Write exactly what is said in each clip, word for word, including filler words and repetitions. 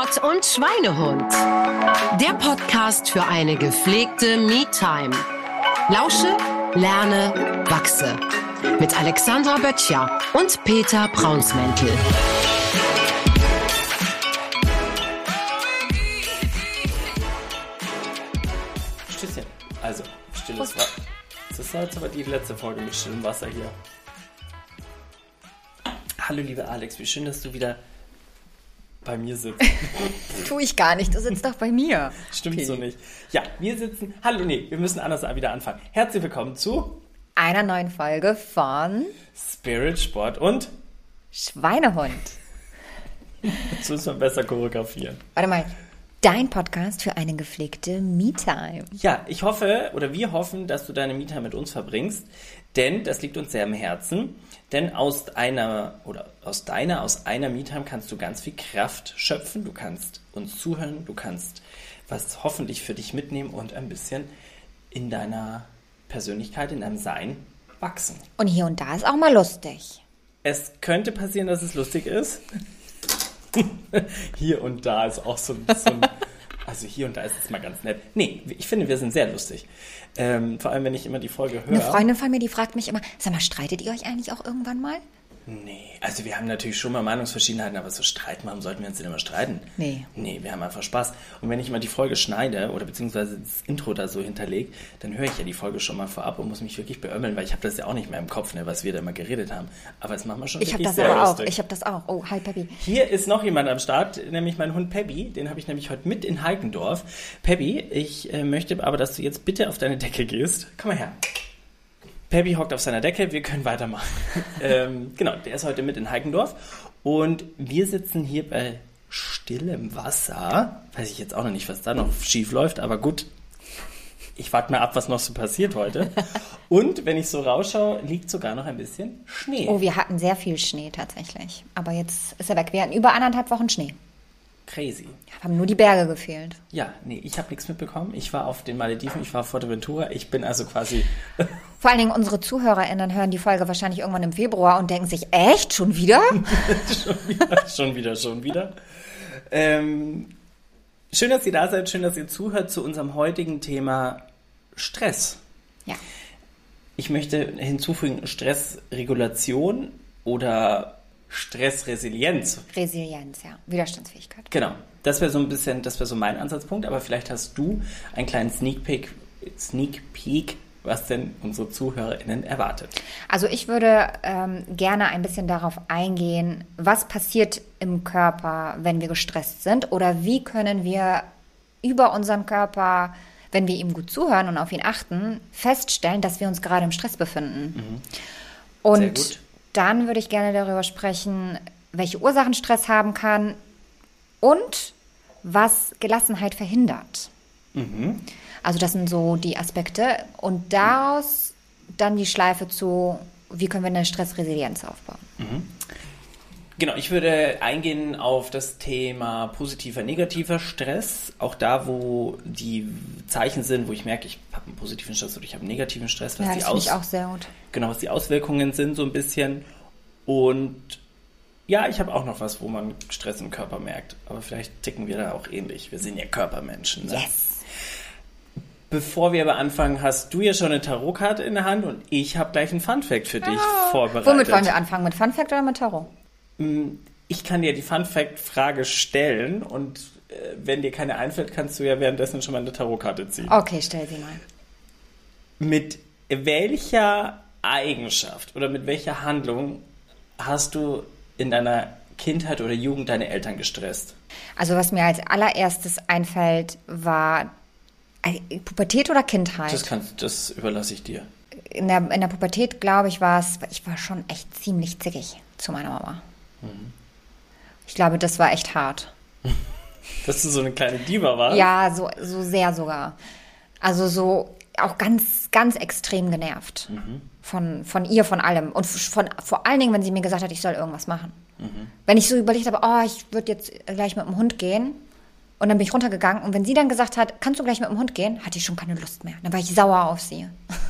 Sport und Schweinehund. Der Podcast für eine gepflegte Me-Time. Lausche, lerne, wachse. Mit Alexandra Böttcher und Peter Braunsmäntel. Stößchen. Also, stilles Wasser. Das ist jetzt aber die letzte Folge mit stillem Wasser hier. Hallo, liebe Alex, wie schön, dass du wieder bei mir sitzt. Tu ich gar nicht, du sitzt doch bei mir. Stimmt so nicht. Ja, wir sitzen... Hallo, nee, wir müssen anders wieder anfangen. Herzlich willkommen zu... einer neuen Folge von... Spirit, Sport und... Schweinehund. Das müssen wir besser choreografieren. Warte mal, dein Podcast für eine gepflegte Me-Time. Ja, ich hoffe, oder wir hoffen, dass du deine Me-Time mit uns verbringst, denn das liegt uns sehr am Herzen. Denn aus einer, oder aus deiner, aus einer Me-Time kannst du ganz viel Kraft schöpfen. Du kannst uns zuhören, du kannst was hoffentlich für dich mitnehmen und ein bisschen in deiner Persönlichkeit, in deinem Sein wachsen. Und hier und da ist auch mal lustig. Es könnte passieren, dass es lustig ist. Hier und da ist auch so, so ein... Also hier und da ist es mal ganz nett. Nee, ich finde, wir sind sehr lustig. Ähm, vor allem, wenn ich immer die Folge höre. Eine Freundin von mir, die fragt mich immer, sag mal, streitet ihr euch eigentlich auch irgendwann mal? Nee, also wir haben natürlich schon mal Meinungsverschiedenheiten, aber so streiten, warum sollten wir uns denn immer streiten? Nee. Nee, wir haben einfach Spaß. Und wenn ich mal die Folge schneide oder beziehungsweise das Intro da so hinterlege, dann höre ich ja die Folge schon mal vorab und muss mich wirklich beömmeln, weil ich habe das ja auch nicht mehr im Kopf, ne, was wir da immer geredet haben. Aber das machen wir schon ich wirklich hab das sehr aber lustig. Auch. Ich habe das auch. Oh, hi Peppi. Hier ist noch jemand am Start, nämlich mein Hund Peppi. Den habe ich nämlich heute mit in Heikendorf. Peppi, ich äh, möchte aber, dass du jetzt bitte auf deine Decke gehst. Komm mal her. Peppi hockt auf seiner Decke, wir können weitermachen. ähm, genau, der ist heute mit in Heikendorf und wir sitzen hier bei stillem Wasser. Weiß ich jetzt auch noch nicht, was da noch schief läuft, aber gut, ich warte mal ab, was noch so passiert heute. Und wenn ich so rausschaue, liegt sogar noch ein bisschen Schnee. Oh, wir hatten sehr viel Schnee tatsächlich, aber jetzt ist er weg. Wir hatten über anderthalb Wochen Schnee. Crazy. Haben nur die Berge gefehlt. Ja, nee, ich habe nichts mitbekommen. Ich war auf den Malediven, ich war auf Fuerteventura. Ich bin also quasi... Vor allen Dingen unsere ZuhörerInnen hören die Folge wahrscheinlich irgendwann im Februar und denken sich, echt? Schon wieder? schon wieder, schon wieder, schon wieder. Ähm, schön, dass ihr da seid, schön, dass ihr zuhört zu unserem heutigen Thema Stress. Ja. Ich möchte hinzufügen, Stressregulation oder... Stressresilienz. Resilienz, ja. Widerstandsfähigkeit. Genau. Das wäre so ein bisschen, das wäre so mein Ansatzpunkt, aber vielleicht hast du einen kleinen Sneak Peek, Sneak Peek, was denn unsere ZuhörerInnen erwartet. Also ich würde ähm, gerne ein bisschen darauf eingehen, was passiert im Körper, wenn wir gestresst sind oder wie können wir über unseren Körper, wenn wir ihm gut zuhören und auf ihn achten, feststellen, dass wir uns gerade im Stress befinden. Mhm. Und sehr gut. Dann würde ich gerne darüber sprechen, welche Ursachen Stress haben kann und was Gelassenheit verhindert. Mhm. Also das sind so die Aspekte. Und daraus dann die Schleife zu, wie können wir eine Stressresilienz aufbauen. Mhm. Genau, ich würde eingehen auf das Thema positiver, negativer Stress. Auch da, wo die Zeichen sind, wo ich merke, ich habe einen positiven Stress oder ich habe einen negativen Stress. Was ja, die das finde ich Aus- auch sehr gut. Genau, was die Auswirkungen sind so ein bisschen. Und ja, ich habe auch noch was, wo man Stress im Körper merkt. Aber vielleicht ticken wir da auch ähnlich. Wir sind ja Körpermenschen. Ne? Yes! Bevor wir aber anfangen, hast du ja schon eine Tarotkarte in der Hand und ich habe gleich einen Funfact für dich ah, vorbereitet. Womit wollen wir anfangen? Mit Funfact oder mit Tarot? Ich kann dir die Funfact-Frage stellen und äh, wenn dir keine einfällt, kannst du ja währenddessen schon mal eine Tarotkarte ziehen. Okay, stell sie mal. Mit welcher Eigenschaft oder mit welcher Handlung hast du in deiner Kindheit oder Jugend deine Eltern gestresst? Also was mir als allererstes einfällt, war äh, Pubertät oder Kindheit? Das, kannst, das überlasse ich dir. In der, in der Pubertät, glaube ich, war es, ich war schon echt ziemlich zickig zu meiner Mama. Mhm. Ich glaube, das war echt hart. Dass du so eine kleine Diva warst? Ja, so, so sehr sogar. Also so auch ganz, ganz extrem genervt. Mhm. Von, von ihr, von allem. Und von, vor allen Dingen, wenn sie mir gesagt hat, ich soll irgendwas machen. Mhm. Wenn ich so überlegt habe, oh, ich würde jetzt gleich mit dem Hund gehen. Und dann bin ich runtergegangen. Und wenn sie dann gesagt hat, kannst du gleich mit dem Hund gehen, hatte ich schon keine Lust mehr. Dann war ich sauer auf sie.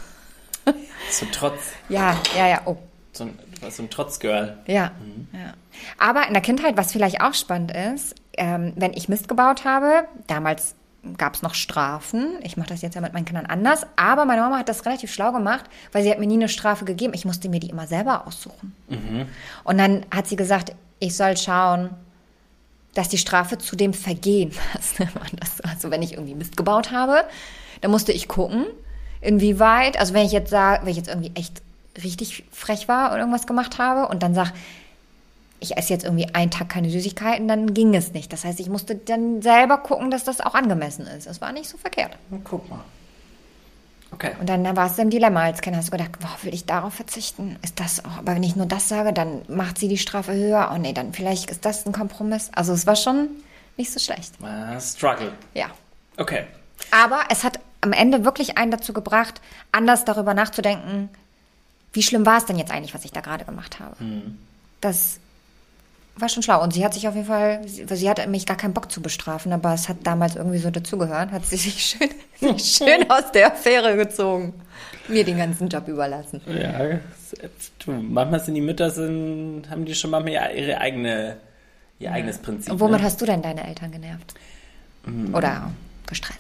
So Trotz. Ja, ja, ja. Oh. So ein, du warst so ein Trotzgirl. Ja, Mhm. ja. Aber in der Kindheit, was vielleicht auch spannend ist, ähm, wenn ich Mist gebaut habe, damals gab es noch Strafen. Ich mache das jetzt ja mit meinen Kindern anders. Aber meine Mama hat das relativ schlau gemacht, weil sie hat mir nie eine Strafe gegeben. Ich musste mir die immer selber aussuchen. Mhm. Und dann hat sie gesagt, ich soll schauen, dass die Strafe zu dem Vergehen passt. Also wenn ich irgendwie Mist gebaut habe, dann musste ich gucken, inwieweit, also wenn ich jetzt sage, wenn ich jetzt irgendwie echt richtig frech war oder irgendwas gemacht habe und dann sage, ich esse jetzt irgendwie einen Tag keine Süßigkeiten, dann ging es nicht. Das heißt, ich musste dann selber gucken, dass das auch angemessen ist. Das war nicht so verkehrt. Na, guck mal. Okay. Und dann war es im Dilemma als Kind. Hast du gedacht, boah, will ich darauf verzichten? Ist das auch, aber wenn ich nur das sage, dann macht sie die Strafe höher. Oh nee, dann vielleicht ist das ein Kompromiss. Also es war schon nicht so schlecht. Uh, struggle. Ja. Okay. Aber es hat am Ende wirklich einen dazu gebracht, anders darüber nachzudenken, wie schlimm war es denn jetzt eigentlich, was ich da gerade gemacht habe. Hm. Das war schon schlau. Und sie hat sich auf jeden Fall, sie, sie hatte mich gar keinen Bock zu bestrafen, aber es hat damals irgendwie so dazugehört, hat sie sich schön, schön aus der Affäre gezogen, mir den ganzen Job überlassen. Ja, du, manchmal sind die Mütter, sind, haben die schon manchmal ihre eigene, ihr ja. eigenes Prinzip. Und womit ne? hast du denn deine Eltern genervt? Mhm. Oder gestresst?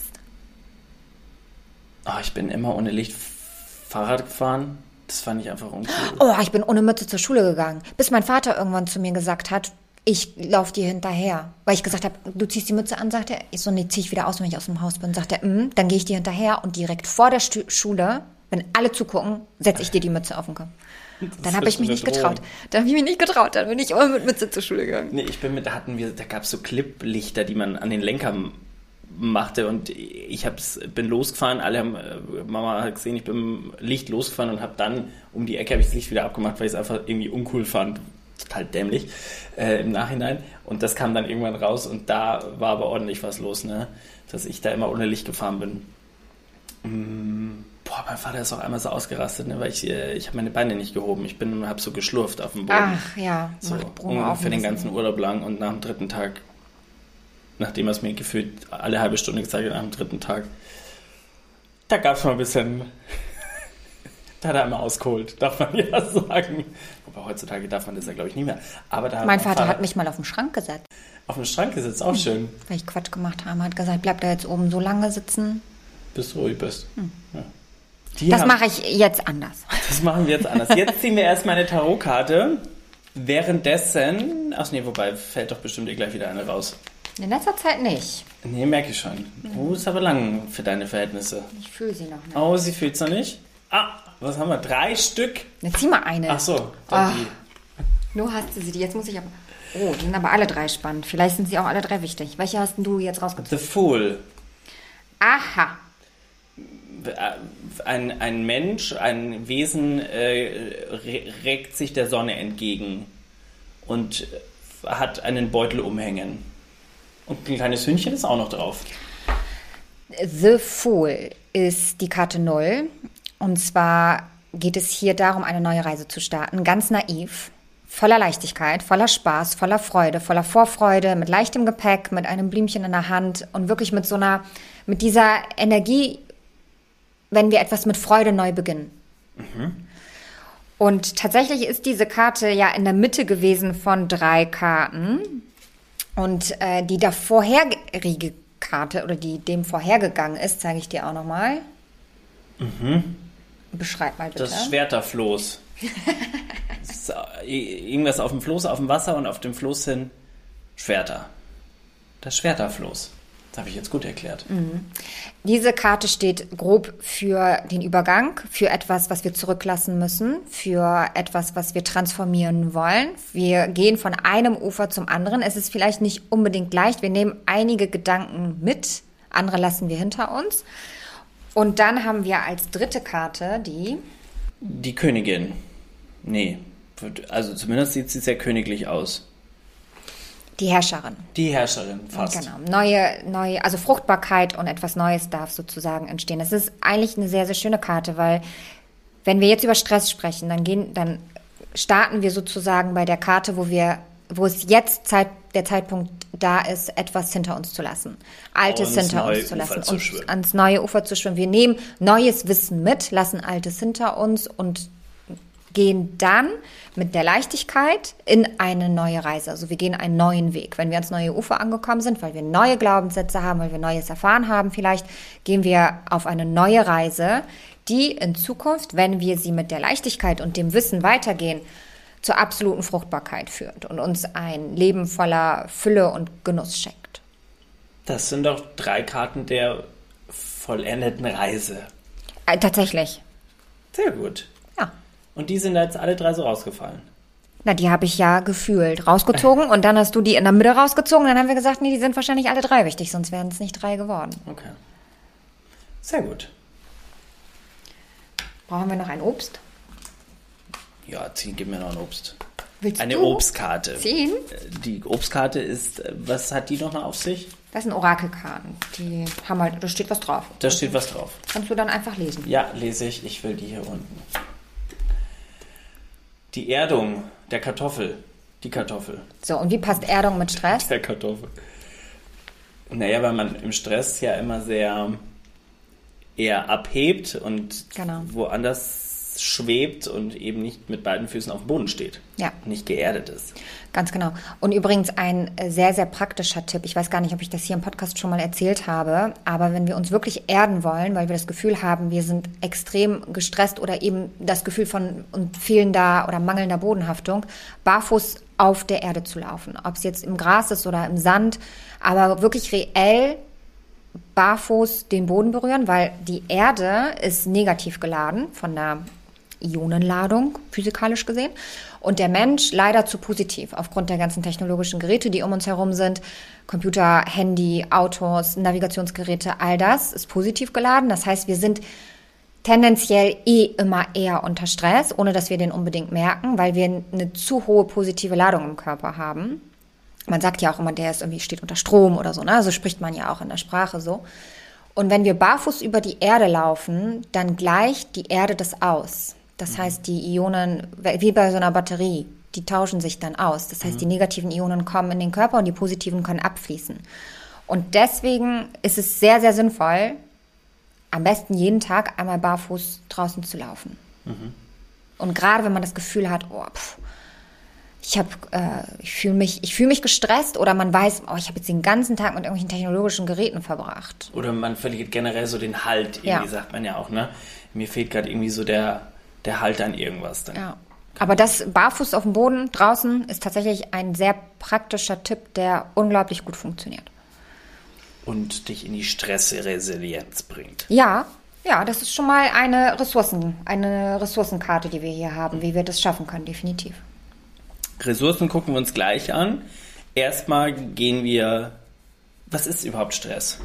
Oh, ich bin immer ohne Licht Fahrrad gefahren. Das fand ich einfach uncool. Oh, ich bin ohne Mütze zur Schule gegangen, bis mein Vater irgendwann zu mir gesagt hat, ich laufe dir hinterher. Weil ich gesagt habe, du ziehst die Mütze an, sagt er. Ich so, nee, zieh ich wieder aus, wenn ich aus dem Haus bin. Sagt er, mm, dann gehe ich dir hinterher und direkt vor der Stu- Schule, wenn alle zugucken, setze ich dir die Mütze auf den Kopf. Dann habe ich mich nicht Drohung. getraut. Dann habe ich mich nicht getraut. Dann bin ich immer mit Mütze zur Schule gegangen. Nee, ich bin mit, da hatten wir, da gab es so Cliplichter, die man an den Lenkern machte und ich hab's, bin losgefahren, alle haben, Mama hat gesehen, ich bin Licht losgefahren und habe dann um die Ecke habe ich das Licht wieder abgemacht, weil ich es einfach irgendwie uncool fand, total dämlich äh, im Nachhinein und das kam dann irgendwann raus und da war aber ordentlich was los, ne, dass ich da immer ohne Licht gefahren bin. Mm, boah, mein Vater ist auch einmal so ausgerastet, ne, weil ich, äh, ich habe meine Beine nicht gehoben, ich bin, habe so geschlurft auf dem Boden. Ach ja, so ungefähr den ganzen Urlaub lang und nach dem dritten Tag, nachdem er es mir gefühlt alle halbe Stunde gezeigt hat, nach dem dritten Tag, da gab es mal ein bisschen, da hat er einmal ausgeholt, darf man ja sagen. Wobei heutzutage darf man das ja, glaube ich, nicht mehr. Aber da mein Vater, Vater hat mich mal auf den Schrank gesetzt. Auf den Schrank gesetzt, auch schön. Weil ich Quatsch gemacht habe, hat gesagt, bleib da jetzt oben so lange sitzen. Bis du ruhig bist. Hm. Ja. Das mache ich jetzt anders. Das machen wir jetzt anders. Jetzt ziehen wir erstmal eine Tarotkarte. Währenddessen, ach nee, wobei, fällt doch bestimmt eh gleich wieder eine raus. In letzter Zeit nicht. Nee, merke ich schon. Oh, ist aber lang für deine Verhältnisse. Ich fühle sie noch nicht. Oh, sie fühlt es noch nicht? Ah, was haben wir? Drei Stück? Jetzt zieh mal eine. Ach so, dann oh. die. Nur hast du sie. Jetzt muss ich aber... Oh, die sind aber alle drei spannend. Vielleicht sind sie auch alle drei wichtig. Welche hast du jetzt rausgezogen? The Fool. Aha. Ein, ein Mensch, ein Wesen äh, regt sich der Sonne entgegen und hat einen Beutel umhängen. Und ein kleines Hündchen ist auch noch drauf. The Fool ist die Karte null. Und zwar geht es hier darum, eine neue Reise zu starten. Ganz naiv, voller Leichtigkeit, voller Spaß, voller Freude, voller Vorfreude, mit leichtem Gepäck, mit einem Blümchen in der Hand und wirklich mit so einer, mit dieser Energie, wenn wir etwas mit Freude neu beginnen. Mhm. Und tatsächlich ist diese Karte ja in der Mitte gewesen von drei Karten. Und äh, die davorherige Karte oder die dem vorhergegangen ist, zeige ich dir auch nochmal. Mhm. Beschreib mal bitte. Das Schwerterfloß. Das irgendwas auf dem Floß, auf dem Wasser und auf dem Floß hin Schwerter. Das Schwerterfloß. Das habe ich jetzt gut erklärt. Mhm. Diese Karte steht grob für den Übergang, für etwas, was wir zurücklassen müssen, für etwas, was wir transformieren wollen. Wir gehen von einem Ufer zum anderen. Es ist vielleicht nicht unbedingt leicht. Wir nehmen einige Gedanken mit, andere lassen wir hinter uns. Und dann haben wir als dritte Karte die... Die Königin. Nee, also zumindest sieht sie sehr königlich aus. Die Herrscherin. Die Herrscherin, fast. Genau. Neue, neue, also Fruchtbarkeit und etwas Neues darf sozusagen entstehen. Das ist eigentlich eine sehr, sehr schöne Karte, weil wenn wir jetzt über Stress sprechen, dann gehen, dann starten wir sozusagen bei der Karte, wo wir, wo es jetzt Zeit, der Zeitpunkt da ist, etwas hinter uns zu lassen. Altes hinter uns zu lassen, uns ans neue Ufer zu schwimmen. Wir nehmen neues Wissen mit, lassen Altes hinter uns und gehen dann mit der Leichtigkeit in eine neue Reise. Also wir gehen einen neuen Weg. Wenn wir ans neue Ufer angekommen sind, weil wir neue Glaubenssätze haben, weil wir Neues erfahren haben vielleicht, gehen wir auf eine neue Reise, die in Zukunft, wenn wir sie mit der Leichtigkeit und dem Wissen weitergehen, zur absoluten Fruchtbarkeit führt und uns ein Leben voller Fülle und Genuss schenkt. Das sind doch drei Karten der vollendeten Reise. Äh, tatsächlich. Sehr gut. Ja. Und die sind da jetzt alle drei so rausgefallen? Na, die habe ich ja gefühlt rausgezogen und dann hast du die in der Mitte rausgezogen. Dann haben wir gesagt, nee, die sind wahrscheinlich alle drei wichtig, sonst wären es nicht drei geworden. Okay. Sehr gut. Brauchen wir noch ein Obst? Ja, zieh, gib mir noch ein Obst. Willst Eine du Obstkarte. ziehen? Die Obstkarte ist, was hat die nochmal auf sich? Das sind Orakelkarten. Die haben halt, da steht was drauf. Da steht was drauf. Kannst du dann einfach lesen. Ja, lese ich. Ich will die hier unten. Die Erdung der Kartoffel. Die Kartoffel. So, und wie passt Erdung mit Stress? Der Kartoffel. Naja, weil man im Stress ja immer sehr eher abhebt und Genau. woanders schwebt und eben nicht mit beiden Füßen auf dem Boden steht. Ja. Nicht geerdet ist. Ganz genau. Und übrigens ein sehr, sehr praktischer Tipp. Ich weiß gar nicht, ob ich das hier im Podcast schon mal erzählt habe, aber wenn wir uns wirklich erden wollen, weil wir das Gefühl haben, wir sind extrem gestresst oder eben das Gefühl von fehlender oder mangelnder Bodenhaftung, barfuß auf der Erde zu laufen. Ob es jetzt im Gras ist oder im Sand, aber wirklich reell barfuß den Boden berühren, weil die Erde ist negativ geladen von der Ionenladung, physikalisch gesehen. Und der Mensch leider zu positiv, aufgrund der ganzen technologischen Geräte, die um uns herum sind. Computer, Handy, Autos, Navigationsgeräte, all das ist positiv geladen. Das heißt, wir sind tendenziell eh immer eher unter Stress, ohne dass wir den unbedingt merken, weil wir eine zu hohe positive Ladung im Körper haben. Man sagt ja auch immer, der ist irgendwie steht unter Strom oder so, ne? So spricht man ja auch in der Sprache so. Und wenn wir barfuß über die Erde laufen, dann gleicht die Erde das aus. Das heißt, die Ionen, wie bei so einer Batterie, die tauschen sich dann aus. Das heißt, mhm. die negativen Ionen kommen in den Körper und die positiven können abfließen. Und deswegen ist es sehr, sehr sinnvoll, am besten jeden Tag einmal barfuß draußen zu laufen. Mhm. Und gerade wenn man das Gefühl hat, oh, pff, ich habe, äh, ich fühle mich, ich fühle mich gestresst oder man weiß, oh, ich habe jetzt den ganzen Tag mit irgendwelchen technologischen Geräten verbracht. Oder man verliert generell so den Halt, irgendwie ja. sagt man ja auch, ne? Mir fehlt gerade irgendwie so der, der Halt an irgendwas. Dann. Ja. Aber das barfuß auf dem Boden draußen ist tatsächlich ein sehr praktischer Tipp, der unglaublich gut funktioniert. Und dich in die Stressresilienz bringt. Ja, ja, das ist schon mal eine Ressourcen, eine Ressourcenkarte, die wir hier haben, wie wir das schaffen können, definitiv. Ressourcen gucken wir uns gleich an. Erstmal gehen wir, was ist überhaupt Stress?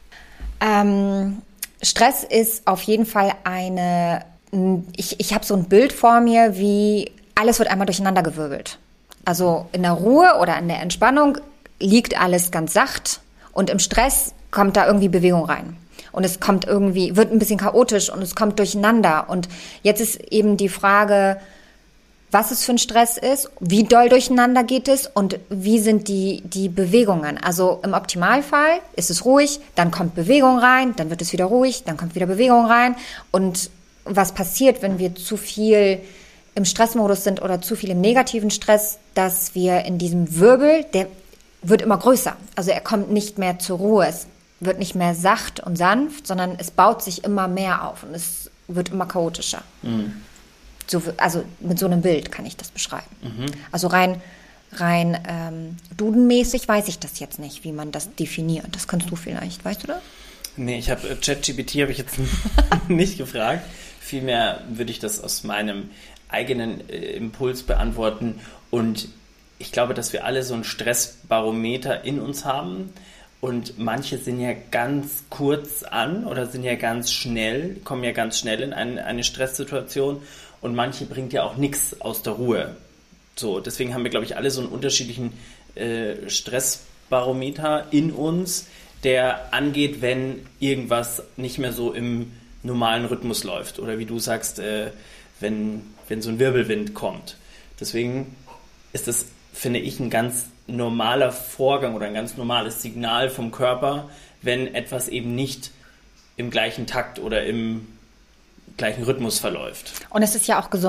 Ähm, Stress ist auf jeden Fall eine, ich, ich habe so ein Bild vor mir, wie alles wird einmal durcheinandergewirbelt. Also in der Ruhe oder in der Entspannung liegt alles ganz sacht und im Stress kommt da irgendwie Bewegung rein. Und es kommt irgendwie, wird ein bisschen chaotisch und es kommt durcheinander. Und jetzt ist eben die Frage, was es für ein Stress ist, wie doll durcheinander geht es und wie sind die, die Bewegungen. Also im Optimalfall ist es ruhig, dann kommt Bewegung rein, dann wird es wieder ruhig, dann kommt wieder Bewegung rein. Und was passiert, wenn wir zu viel im Stressmodus sind oder zu viel im negativen Stress, dass wir in diesem Wirbel, der wird immer größer. Also er kommt nicht mehr zur Ruhe, es wird nicht mehr sacht und sanft, sondern es baut sich immer mehr auf und es wird immer chaotischer. Mhm. So, also mit so einem Bild kann ich das beschreiben. Mhm. Also rein, rein ähm, dudenmäßig weiß ich das jetzt nicht, wie man das definiert. Das kannst du vielleicht, weißt du das? Nee, ich habe ChatGPT habe ich jetzt nicht gefragt. Vielmehr würde ich das aus meinem eigenen äh, Impuls beantworten. Und ich glaube, dass wir alle so ein Stressbarometer in uns haben. Und manche sind ja ganz kurz an oder sind ja ganz schnell, kommen ja ganz schnell in eine, eine Stresssituation. Und manche bringt ja auch nichts aus der Ruhe. So, deswegen haben wir, glaube ich, alle so einen unterschiedlichen äh, Stressbarometer in uns, der angeht, wenn irgendwas nicht mehr so im normalen Rhythmus läuft. Oder wie du sagst, äh, wenn, wenn so ein Wirbelwind kommt. Deswegen ist das, finde ich, ein ganz normaler Vorgang oder ein ganz normales Signal vom Körper, wenn etwas eben nicht im gleichen Takt oder im gleichen Rhythmus verläuft. Und es ist ja auch gesund.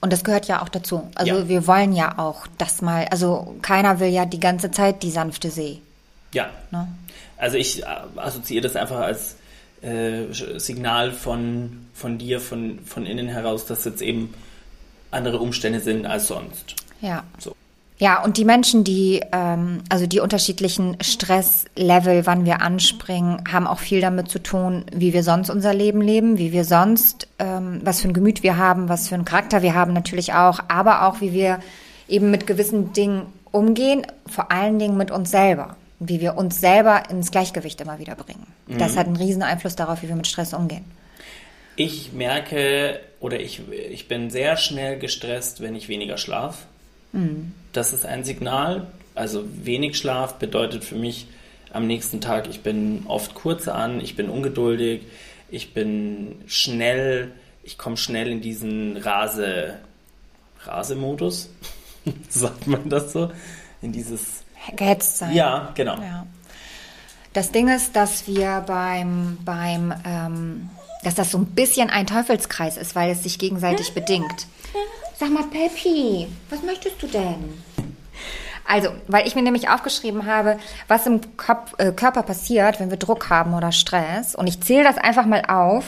Und das gehört ja auch dazu. Also Ja. wir wollen ja auch das mal, also keiner will ja die ganze Zeit die sanfte See. Ja. Ne? Also ich assoziiere das einfach als äh, Signal von, von dir, von, von innen heraus, dass jetzt eben andere Umstände sind als sonst. Ja. So. Ja, und die Menschen, die, ähm, also die unterschiedlichen Stresslevel, wann wir anspringen, haben auch viel damit zu tun, wie wir sonst unser Leben leben, wie wir sonst, ähm, was für ein Gemüt wir haben, was für einen Charakter wir haben natürlich auch, aber auch, wie wir eben mit gewissen Dingen umgehen, vor allen Dingen mit uns selber. Wie wir uns selber ins Gleichgewicht immer wieder bringen. Mhm. Das hat einen riesen Einfluss darauf, wie wir mit Stress umgehen. Ich merke, oder ich, ich bin sehr schnell gestresst, wenn ich weniger schlafe. Mhm. Das ist ein Signal. Also wenig Schlaf bedeutet für mich am nächsten Tag, ich bin oft kurz an, ich bin ungeduldig, ich bin schnell, ich komme schnell in diesen Rase, Rasemodus, sagt man das so? In dieses... Gehetzt sein. Ja, genau. Ja. Das Ding ist, dass wir beim, beim ähm, dass das so ein bisschen ein Teufelskreis ist, weil es sich gegenseitig bedingt. Sag mal, Peppi, was möchtest du denn? Also, weil ich mir nämlich aufgeschrieben habe, was im Kopf, äh, Körper passiert, wenn wir Druck haben oder Stress. Und ich zähle das einfach mal auf,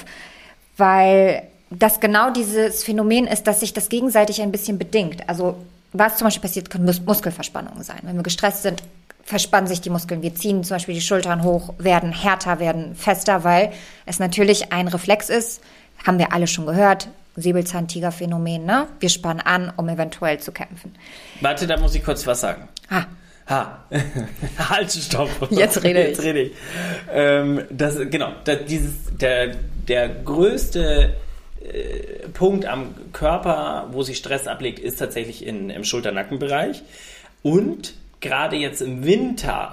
weil das genau dieses Phänomen ist, dass sich das gegenseitig ein bisschen bedingt. Also, was zum Beispiel passiert, können Mus- Muskelverspannungen sein. Wenn wir gestresst sind, verspannen sich die Muskeln. Wir ziehen zum Beispiel die Schultern hoch, werden härter, werden fester, weil es natürlich ein Reflex ist, haben wir alle schon gehört, Säbelzahntiger-Phänomen, ne? Wir spannen an, um eventuell zu kämpfen. Warte, da muss ich kurz was sagen. Ha. Ha. Halt, stopp. Jetzt rede ich. Jetzt rede ich. Ähm, das, genau, das, dieses, der, der größte äh, Punkt am Körper, wo sich Stress ablegt, ist tatsächlich in, im Schulter-Nackenbereich. Und gerade jetzt im Winter,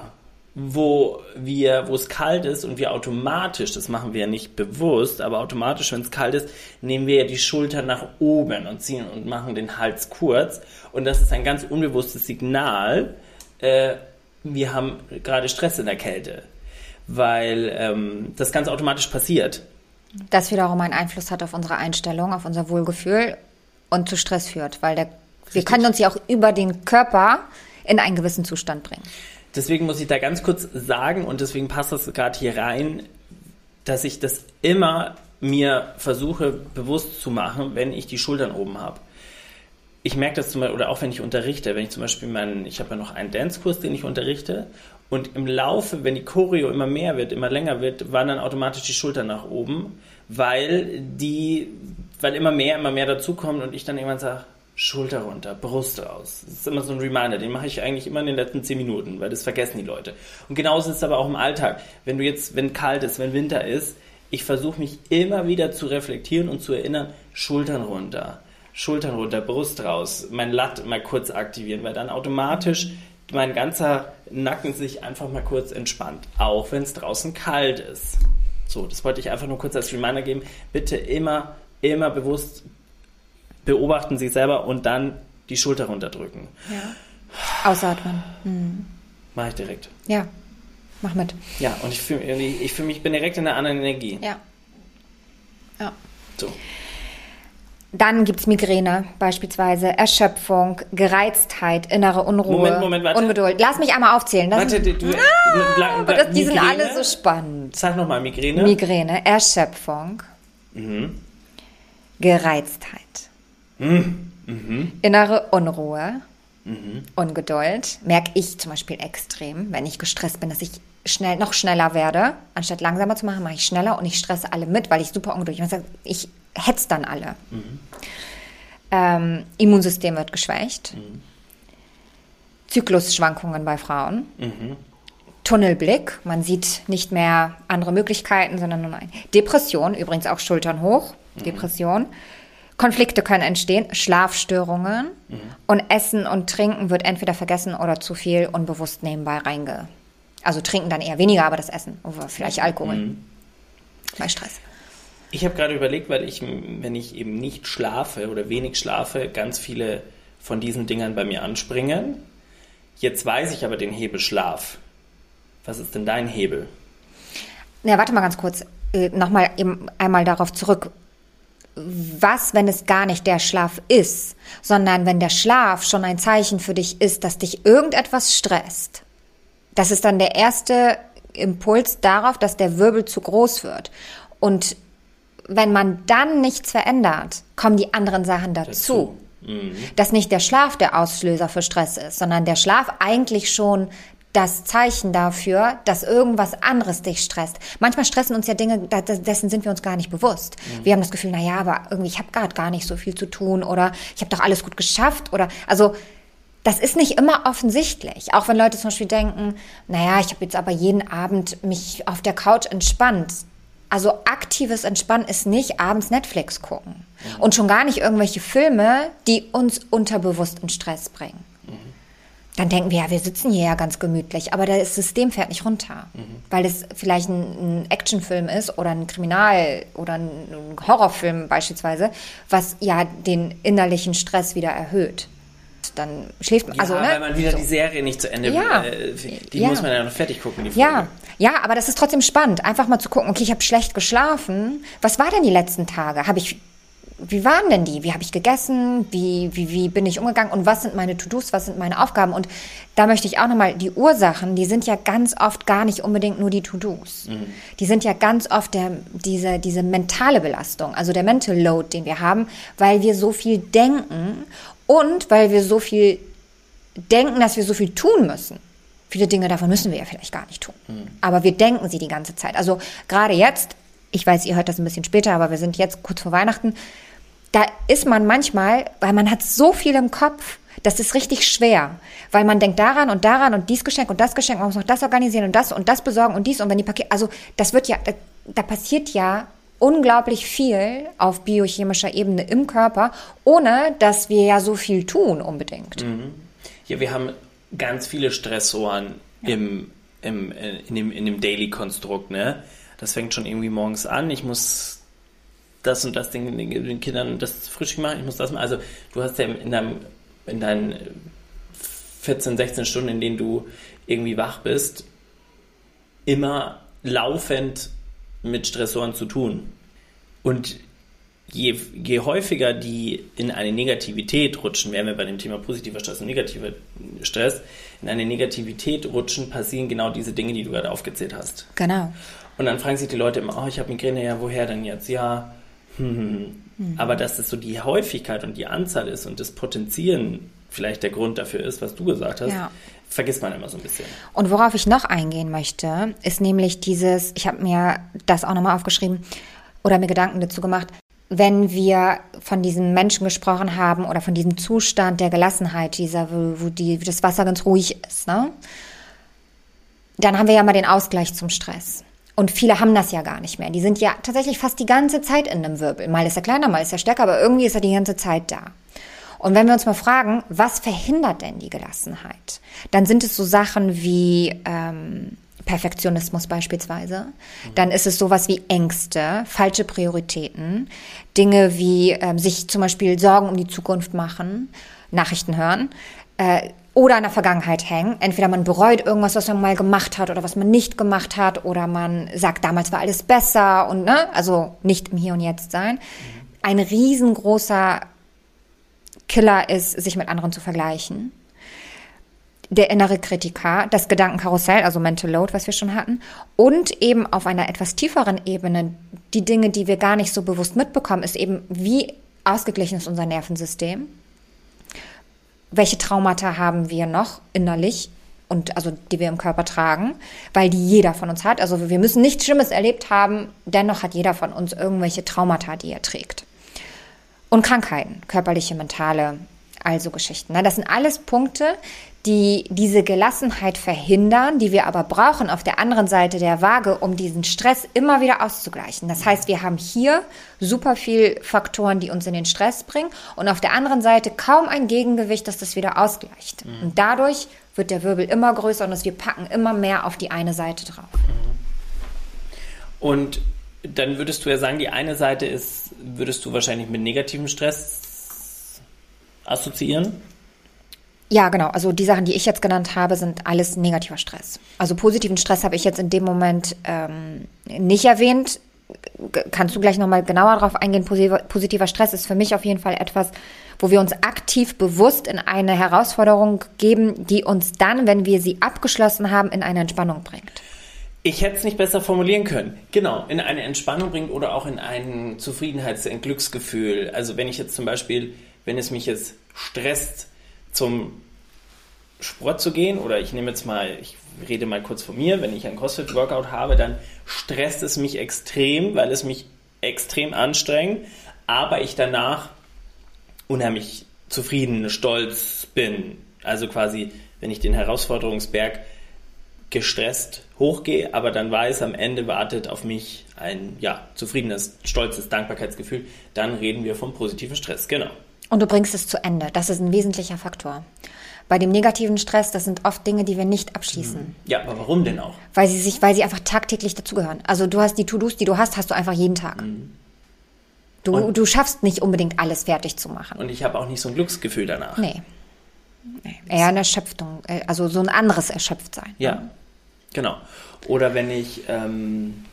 wo wir, wo es kalt ist und wir automatisch, das machen wir ja nicht bewusst, aber automatisch, wenn es kalt ist, nehmen wir ja die Schulter nach oben und ziehen und machen den Hals kurz. Und das ist ein ganz unbewusstes Signal, äh, wir haben gerade Stress in der Kälte, weil ähm, das ganz automatisch passiert. Das wiederum einen Einfluss hat auf unsere Einstellung, auf unser Wohlgefühl und zu Stress führt, weil der, wir können uns ja auch über den Körper in einen gewissen Zustand bringen. Deswegen muss ich da ganz kurz sagen, und deswegen passt das gerade hier rein, dass ich das immer mir versuche bewusst zu machen, wenn ich die Schultern oben habe. Ich merke das zum Beispiel, oder auch wenn ich unterrichte, wenn ich zum Beispiel meinen, ich habe ja noch einen Dance-Kurs, den ich unterrichte, und im Laufe, wenn die Choreo immer mehr wird, immer länger wird, wandern automatisch die Schultern nach oben, weil die, weil immer mehr, immer mehr dazukommen und ich dann irgendwann sage, Schulter runter, Brust raus. Das ist immer so ein Reminder, den mache ich eigentlich immer in den letzten zehn Minuten, weil das vergessen die Leute. Und genauso ist es aber auch im Alltag. Wenn du jetzt, wenn kalt ist, wenn Winter ist, ich versuche mich immer wieder zu reflektieren und zu erinnern, Schultern runter, Schultern runter, Brust raus, mein Latt mal kurz aktivieren, weil dann automatisch mein ganzer Nacken sich einfach mal kurz entspannt, auch wenn es draußen kalt ist. So, das wollte ich einfach nur kurz als Reminder geben. Bitte immer, immer bewusst beobachten sich selber und dann die Schulter runterdrücken. Ja. Ausatmen. Hm. Mach ich direkt. Ja, mach mit. Ja, und ich fühle ich, ich fühl mich, ich bin direkt in einer anderen Energie. Ja. Ja. So. Dann gibt es Migräne beispielsweise, Erschöpfung, Gereiztheit, innere Unruhe, Moment, Moment, warte. Ungeduld. Lass mich einmal aufzählen. Das Warte, sind, du, du, ah, aber das, die sind alle so spannend. Sag nochmal, Migräne. Migräne, Erschöpfung, Mhm. Gereiztheit, Mhm. Mhm. innere Unruhe, Mhm. Ungeduld. Merke ich zum Beispiel extrem, wenn ich gestresst bin, dass ich schnell, noch schneller werde. Anstatt langsamer zu machen, mache ich schneller und ich stresse alle mit, weil ich super ungeduldig bin. Ich hetze dann alle. Mhm. Ähm, Immunsystem wird geschwächt. Mhm. Zyklusschwankungen bei Frauen. Mhm. Tunnelblick. Man sieht nicht mehr andere Möglichkeiten, sondern nur ein. Depression, übrigens auch Schultern hoch. Mhm. Depression. Konflikte können entstehen, Schlafstörungen mhm. und Essen und Trinken wird entweder vergessen oder zu viel unbewusst nebenbei reinge... Also trinken dann eher weniger, aber das Essen oder vielleicht Alkohol Mhm. bei Stress. Ich habe gerade überlegt, weil ich, wenn ich eben nicht schlafe oder wenig schlafe, ganz viele von diesen Dingern bei mir anspringen. Jetzt weiß ich aber den Hebel Schlaf. Was ist denn dein Hebel? Ja, warte mal ganz kurz. Äh, Nochmal eben einmal darauf zurück. was, wenn es gar nicht der Schlaf ist, sondern wenn der Schlaf schon ein Zeichen für dich ist, dass dich irgendetwas stresst. Das ist dann der erste Impuls darauf, dass der Wirbel zu groß wird. Und wenn man dann nichts verändert, kommen die anderen Sachen dazu. dazu. Mhm. Dass nicht der Schlaf der Auslöser für Stress ist, sondern der Schlaf eigentlich schon das Zeichen dafür, dass irgendwas anderes dich stresst. Manchmal stressen uns ja Dinge, dessen sind wir uns gar nicht bewusst. Mhm. Wir haben das Gefühl, na ja, aber irgendwie, ich habe gerade gar nicht so viel zu tun oder ich habe doch alles gut geschafft oder, also, das ist nicht immer offensichtlich. Auch wenn Leute zum Beispiel denken, naja, ich habe jetzt aber jeden Abend mich auf der Couch entspannt. Also aktives Entspannen ist nicht abends Netflix gucken. Mhm. Und schon gar nicht irgendwelche Filme, die uns unterbewusst in Stress bringen. Dann denken wir, ja, wir sitzen hier ja ganz gemütlich, aber das System fährt nicht runter, mhm. weil es vielleicht ein, ein Actionfilm ist oder ein Kriminal- oder ein Horrorfilm beispielsweise, was ja den innerlichen Stress wieder erhöht. Dann schläft man, ja, also, ne? weil man wieder so. die Serie nicht zu Ende, ja. äh, die ja. muss man ja noch fertig gucken, die Folge. Ja, ja, aber das ist trotzdem spannend, einfach mal zu gucken, okay, ich habe schlecht geschlafen, was war denn die letzten Tage? Habe ich Wie waren denn die? Wie habe ich gegessen? Wie, wie, wie bin ich umgegangen? Und was sind meine To-Dos? Was sind meine Aufgaben? Und da möchte ich auch nochmal, die Ursachen, die sind ja ganz oft gar nicht unbedingt nur die To-Dos. Mhm. Die sind ja ganz oft der, diese, diese mentale Belastung, also der Mental Load, den wir haben, weil wir so viel denken und weil wir so viel denken, dass wir so viel tun müssen. Viele Dinge davon müssen wir ja vielleicht gar nicht tun. Mhm. Aber wir denken sie die ganze Zeit. Also gerade jetzt, ich weiß, ihr hört das ein bisschen später, aber wir sind jetzt kurz vor Weihnachten, da ist man manchmal, weil man hat so viel im Kopf, das ist richtig schwer, weil man denkt daran und daran und dies Geschenk und das Geschenk, man muss noch das organisieren und das und das besorgen und dies und wenn die Pakete, also das wird ja, da, da passiert ja unglaublich viel auf biochemischer Ebene im Körper, ohne dass wir ja so viel tun unbedingt. Mhm. Ja, wir haben ganz viele Stressoren ja. im, im, in dem, in dem Daily-Konstrukt, ne? Das fängt schon irgendwie morgens an, ich muss das und das den, den Kindern das Frühstück machen, ich muss das machen. Also du hast ja in, deinem, in deinen vierzehn, sechzehn Stunden, in denen du irgendwie wach bist, immer laufend mit Stressoren zu tun. Und je, je häufiger die in eine Negativität rutschen, wären wir bei dem Thema positiver Stress und negativer Stress, in eine Negativität rutschen, passieren genau diese Dinge, die du gerade aufgezählt hast. Genau. Und dann fragen sich die Leute immer, oh, ich habe Migräne, ja, woher denn jetzt? Ja, hm. Mhm. Aber dass das so die Häufigkeit und die Anzahl ist und das Potenzieren vielleicht der Grund dafür ist, was du gesagt hast, ja. vergisst man immer so ein bisschen. Und worauf ich noch eingehen möchte, ist nämlich dieses, ich habe mir das auch nochmal aufgeschrieben oder mir Gedanken dazu gemacht, wenn wir von diesem Menschen gesprochen haben oder von diesem Zustand der Gelassenheit, dieser, wo, wo die, das Wasser ganz ruhig ist, ne? Dann haben wir ja mal den Ausgleich zum Stress. Und viele haben das ja gar nicht mehr. Die sind ja tatsächlich fast die ganze Zeit in einem Wirbel. Mal ist er kleiner, mal ist er stärker, aber irgendwie ist er die ganze Zeit da. Und wenn wir uns mal fragen, was verhindert denn die Gelassenheit? Dann sind es so Sachen wie ähm, Perfektionismus beispielsweise. Mhm. Dann ist es sowas wie Ängste, falsche Prioritäten, Dinge wie ähm, sich zum Beispiel Sorgen um die Zukunft machen, Nachrichten hören, äh, oder in der Vergangenheit hängen. Entweder man bereut irgendwas, was man mal gemacht hat oder was man nicht gemacht hat, oder man sagt, damals war alles besser und ne, also nicht im Hier und Jetzt sein. Mhm. Ein riesengroßer Killer ist, sich mit anderen zu vergleichen. Der innere Kritiker, das Gedankenkarussell, also Mental Load, was wir schon hatten, und eben auf einer etwas tieferen Ebene, die Dinge, die wir gar nicht so bewusst mitbekommen, ist eben, wie ausgeglichen ist unser Nervensystem. Welche Traumata haben wir noch innerlich und also die wir im Körper tragen, weil die jeder von uns hat. Also wir müssen nichts Schlimmes erlebt haben, dennoch hat jeder von uns irgendwelche Traumata, die er trägt. Und Krankheiten, körperliche, mentale, also Geschichten. Das sind alles Punkte, die diese Gelassenheit verhindern, die wir aber brauchen auf der anderen Seite der Waage, um diesen Stress immer wieder auszugleichen. Das heißt, wir haben hier super viel Faktoren, die uns in den Stress bringen und auf der anderen Seite kaum ein Gegengewicht, das das wieder ausgleicht. Mhm. Und dadurch wird der Wirbel immer größer und wir packen immer mehr auf die eine Seite drauf. Und dann würdest du ja sagen, die eine Seite ist, würdest du wahrscheinlich mit negativem Stress assoziieren? Ja, genau. Also die Sachen, die ich jetzt genannt habe, sind alles negativer Stress. Also positiven Stress habe ich jetzt in dem Moment ähm, nicht erwähnt. kannst du gleich nochmal genauer drauf eingehen, positiver Stress ist für mich auf jeden Fall etwas, wo wir uns aktiv bewusst in eine Herausforderung geben, die uns dann, wenn wir sie abgeschlossen haben, in eine Entspannung bringt. Ich hätte es nicht besser formulieren können. Genau, in eine Entspannung bringt oder auch in ein Zufriedenheits-, ein Glücksgefühl. Also wenn ich jetzt zum Beispiel, wenn es mich jetzt stresst, zum Sport zu gehen, oder ich nehme jetzt mal, ich rede mal kurz von mir, wenn ich ein CrossFit-Workout habe, dann stresst es mich extrem, weil es mich extrem anstrengt, aber ich danach unheimlich zufrieden, stolz bin. Also quasi, wenn ich den Herausforderungsberg gestresst hochgehe, aber dann weiß, am Ende wartet auf mich ein ja, zufriedenes, stolzes Dankbarkeitsgefühl, dann reden wir vom positiven Stress, genau. Und du bringst es zu Ende, das ist ein wesentlicher Faktor. Bei dem negativen Stress, das sind oft Dinge, die wir nicht abschließen. Ja, aber warum denn auch? Weil sie sich, weil sie einfach tagtäglich dazugehören. Also du hast die To-Dos, die du hast, hast du einfach jeden Tag. Mhm. Du, du schaffst nicht unbedingt alles fertig zu machen. Und ich habe auch nicht so ein Glücksgefühl danach. Nee. nee. Eher eine Erschöpfung, also so ein anderes Erschöpftsein. Ja, ne? Genau. Oder wenn ich ähm,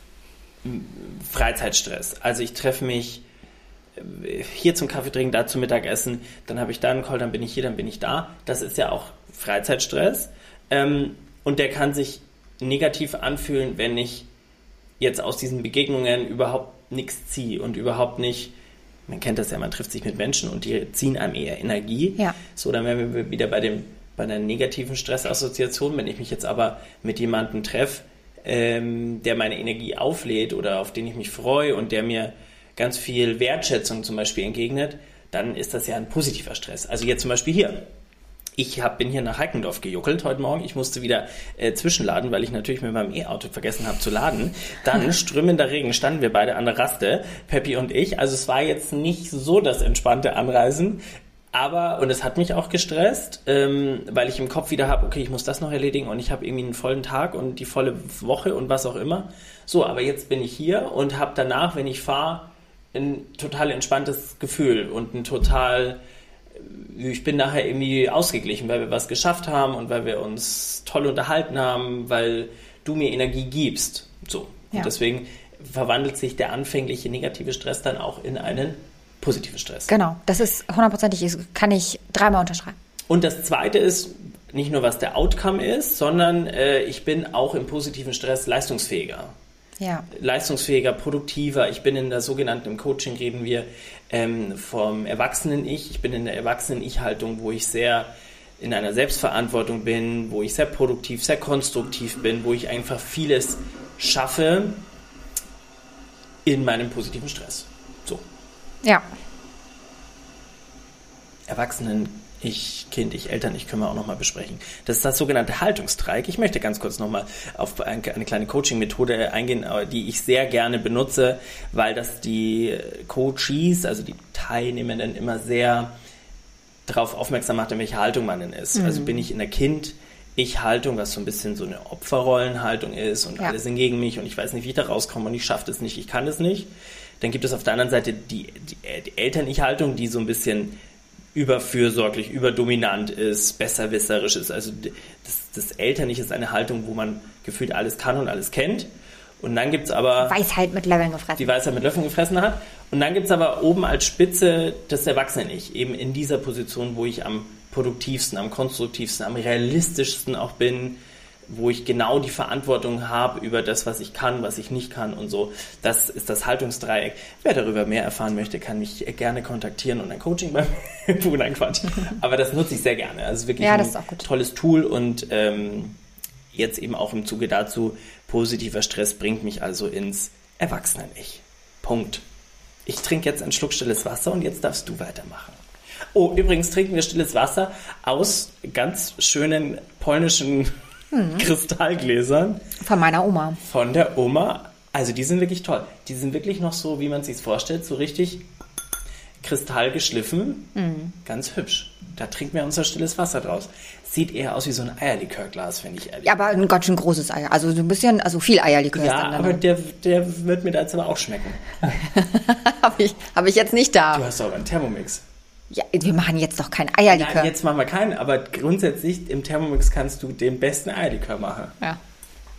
Freizeitstress, also ich treffe mich hier zum Kaffee trinken, da zum Mittagessen, dann habe ich da einen Call, dann bin ich hier, dann bin ich da. Das ist ja auch Freizeitstress. Ähm, und der kann sich negativ anfühlen, wenn ich jetzt aus diesen Begegnungen überhaupt nichts ziehe und überhaupt nicht, man kennt das ja, man trifft sich mit Menschen und die ziehen einem eher Energie. Ja. So, dann wären wir wieder bei dem, bei einer negativen Stressassoziation. Wenn ich mich jetzt aber mit jemandem treffe, ähm, der meine Energie auflädt oder auf den ich mich freue und der mir ganz viel Wertschätzung zum Beispiel entgegnet, dann ist das ja ein positiver Stress. Also jetzt zum Beispiel hier. Ich hab, bin hier nach Heikendorf gejuckelt heute Morgen. Ich musste wieder äh, zwischenladen, weil ich natürlich mit meinem E-Auto vergessen habe zu laden. Dann strömender Regen, standen wir beide an der Raste, Peppi und ich. Also es war jetzt nicht so das entspannte Anreisen. Aber, und es hat mich auch gestresst, ähm, weil ich im Kopf wieder habe, okay, ich muss das noch erledigen und ich habe irgendwie einen vollen Tag und die volle Woche und was auch immer. So, aber jetzt bin ich hier und habe danach, wenn ich fahre, ein total entspanntes Gefühl und ein total, ich bin nachher irgendwie ausgeglichen, weil wir was geschafft haben und weil wir uns toll unterhalten haben, weil du mir Energie gibst. So. Ja. Und deswegen verwandelt sich der anfängliche negative Stress dann auch in einen positiven Stress. Genau, das ist hundertprozentig, kann ich dreimal unterschreiben. Und das Zweite ist, nicht nur was der Outcome ist, sondern äh, ich bin auch im positiven Stress leistungsfähiger. Ja. Leistungsfähiger, produktiver. Ich bin in der sogenannten, im Coaching reden wir ähm, vom Erwachsenen-Ich. Ich bin in der Erwachsenen-Ich-Haltung, wo ich sehr in einer Selbstverantwortung bin, wo ich sehr produktiv, sehr konstruktiv bin, wo ich einfach vieles schaffe in meinem positiven Stress. So. Ja. Erwachsenen, ich, Kind, ich, Eltern, ich, können wir auch nochmal besprechen. Das ist das sogenannte Haltungsdreieck. Ich möchte ganz kurz nochmal auf eine kleine Coaching-Methode eingehen, die ich sehr gerne benutze, weil das die Coaches, also die Teilnehmenden, immer sehr darauf aufmerksam macht, in welche Haltung man denn ist. Mhm. Also bin ich in der Kind-Ich-Haltung, was so ein bisschen so eine Opferrollenhaltung ist und ja. alle sind gegen mich und ich weiß nicht, wie ich da rauskomme und ich schaffe das nicht, ich kann das nicht. Dann gibt es auf der anderen Seite die, die, die Eltern-Ich-Haltung, die so ein bisschen überfürsorglich, überdominant ist, besserwisserisch ist. Also das, das Eltern-Ich ist eine Haltung, wo man gefühlt alles kann und alles kennt. Und dann gibt es aber... Weisheit mit Löffeln gefressen. Die Weisheit mit Löffeln gefressen hat. Und dann gibt es aber oben als Spitze das Erwachsenen-Ich, eben in dieser Position, wo ich am produktivsten, am konstruktivsten, am realistischsten auch bin, wo ich genau die Verantwortung habe über das, was ich kann, was ich nicht kann und so. Das ist das Haltungsdreieck. Wer darüber mehr erfahren möchte, kann mich gerne kontaktieren und ein Coaching bei mir tun. Nein, Quatsch. Aber das nutze ich sehr gerne. Also wirklich ja, ein tolles Tool und ähm, jetzt eben auch im Zuge dazu, positiver Stress bringt mich also ins Erwachsenen-Ich. Punkt. Ich trinke jetzt einen Schluck stilles Wasser und jetzt darfst du weitermachen. Oh, übrigens trinken wir stilles Wasser aus ganz schönen polnischen Mhm. Kristallgläsern. Von meiner Oma. Von der Oma. Also die sind wirklich toll. Die sind wirklich noch so, wie man es sich vorstellt, so richtig kristallgeschliffen. Mhm. Ganz hübsch. Da trinken wir unser stilles Wasser draus. Sieht eher aus wie so ein Eierlikörglas, finde ich ehrlich. Ja, aber ein ganz schön großes Eier. Also so ein bisschen, also viel Eierlikör. Ja, dann aber der, der wird mir da jetzt aber auch schmecken. Habe ich, hab ich jetzt nicht da. Du hast doch einen Thermomix. Ja, wir machen jetzt doch keinen Eierlikör. Nein, jetzt machen wir keinen, aber grundsätzlich im Thermomix kannst du den besten Eierlikör machen. Ja.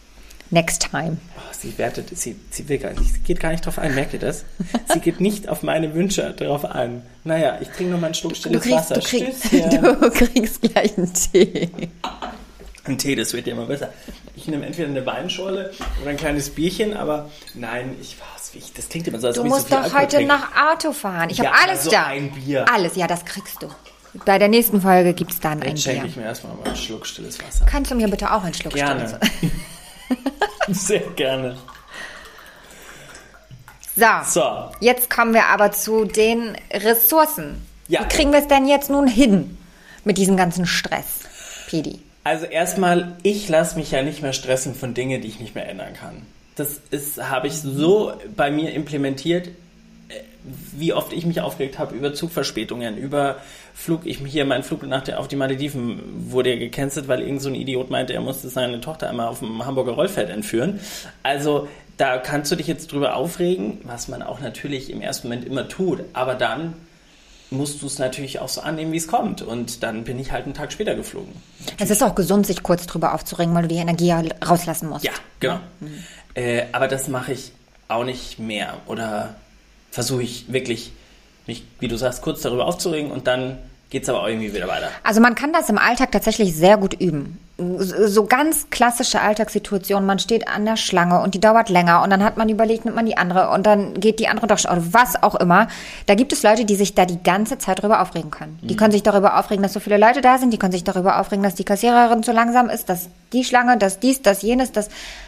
Next time. Oh, sie wertet, sie, sie will gar nicht, sie geht gar nicht drauf ein, merkt ihr das? Sie geht nicht auf meine Wünsche drauf ein. Naja, ich trinke noch mal einen Schluck stilles du kriegst, Wasser. Du kriegst, du kriegst gleich einen Tee. Ein Tee, das wird ja immer besser. Ich nehme entweder eine Weinschorle oder ein kleines Bierchen, aber nein, ich weiß nicht. Das klingt immer so, als Du ob ich so musst viel doch Alkohol heute trinke. nach Arto fahren. Ich Ja, habe alles also da. ein Bier. Alles, ja, das kriegst du. Bei der nächsten Folge gibt es dann ein Jetzt schenke Bier. ich mir erstmal mal einen Schluck stilles Wasser. Kannst du mir bitte auch einen Schluck Gerne. stilles Sehr gerne. So, So. jetzt kommen wir aber zu den Ressourcen. Ja. Wie kriegen wir es denn jetzt nun hin mit diesem ganzen Stress, Pedi? Also erstmal, ich lasse mich ja nicht mehr stressen von Dingen, die ich nicht mehr ändern kann. Das ist, habe ich so bei mir implementiert, wie oft ich mich aufgeregt habe über Zugverspätungen, über Flug. Ich hier, mein Flug nach der, auf die Malediven wurde ja gecancelt, weil irgend so ein Idiot meinte, er musste seine Tochter einmal auf dem Hamburger Rollfeld entführen. Also da kannst du dich jetzt drüber aufregen, was man auch natürlich im ersten Moment immer tut, aber dann musst du es natürlich auch so annehmen, wie es kommt. Und dann bin ich halt einen Tag später geflogen. Es ist auch gesund, sich kurz drüber aufzuregen, weil du die Energie ja rauslassen musst. Ja, genau. Mhm. Äh, aber das mache ich auch nicht mehr. Oder versuche ich wirklich, mich, wie du sagst, kurz darüber aufzuregen und dann geht es aber auch irgendwie wieder weiter. Also man kann das im Alltag tatsächlich sehr gut üben. So ganz klassische Alltagssituationen, man steht an der Schlange und die dauert länger und dann hat man überlegt, nimmt man die andere und dann geht die andere doch schon, oder was auch immer. Da gibt es Leute, die sich da die ganze Zeit darüber aufregen können. Die mhm. können sich darüber aufregen, dass so viele Leute da sind, die können sich darüber aufregen, dass die Kassiererin zu langsam ist, dass die Schlange, dass dies, das, jenes, das.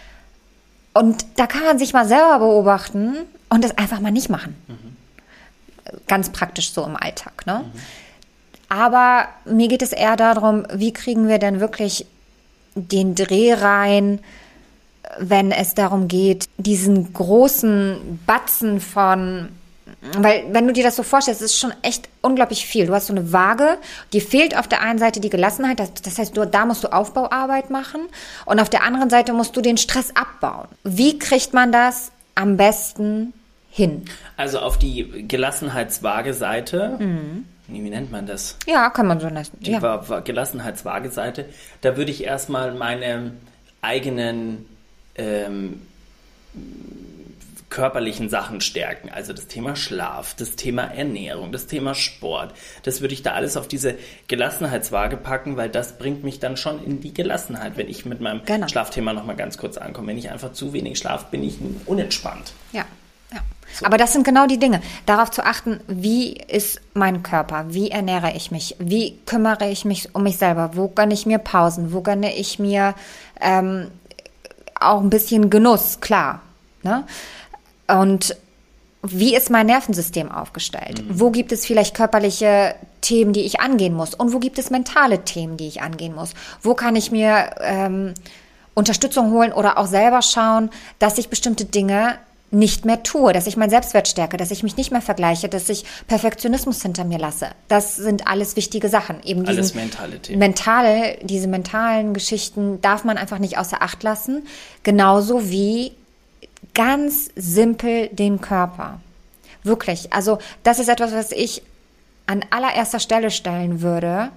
Und da kann man sich mal selber beobachten und das einfach mal nicht machen. Mhm. Ganz praktisch so im Alltag, ne? Mhm. Aber mir geht es eher darum, wie kriegen wir denn wirklich den Dreh rein, wenn es darum geht, diesen großen Batzen von, weil wenn du dir das so vorstellst, es ist schon echt unglaublich viel. Du hast so eine Waage, dir fehlt auf der einen Seite die Gelassenheit, das, das heißt, du, da musst du Aufbauarbeit machen und auf der anderen Seite musst du den Stress abbauen. Wie kriegt man das am besten hin? Also auf die Gelassenheitswaage-Seite, mhm. wie nennt man das? Ja, kann man so nennen. Die ja. Gelassenheitswaage-Seite, da würde ich erstmal meine eigenen ähm, körperlichen Sachen stärken. Also das Thema Schlaf, das Thema Ernährung, das Thema Sport. Das würde ich da alles auf diese Gelassenheitswaage packen, weil das bringt mich dann schon in die Gelassenheit, wenn ich mit meinem genau. Schlafthema nochmal ganz kurz ankomme. Wenn ich einfach zu wenig schlafe, bin ich unentspannt. Ja. Ja. So. Aber das sind genau die Dinge. Darauf zu achten, wie ist mein Körper? Wie ernähre ich mich? Wie kümmere ich mich um mich selber? Wo gönne ich mir Pausen? Wo gönne ich mir ähm, auch ein bisschen Genuss? Klar. Ne? Und wie ist mein Nervensystem aufgestellt? Mhm. Wo gibt es vielleicht körperliche Themen, die ich angehen muss? Und wo gibt es mentale Themen, die ich angehen muss? Wo kann ich mir ähm, Unterstützung holen oder auch selber schauen, dass ich bestimmte Dinge nicht mehr tue, dass ich meinen Selbstwert stärke, dass ich mich nicht mehr vergleiche, dass ich Perfektionismus hinter mir lasse. Das sind alles wichtige Sachen. Eben alles mentale Themen. Mentale, diese mentalen Geschichten darf man einfach nicht außer Acht lassen. Genauso wie ganz simpel den Körper. Wirklich. Also das ist etwas, was ich an allererster Stelle stellen würde.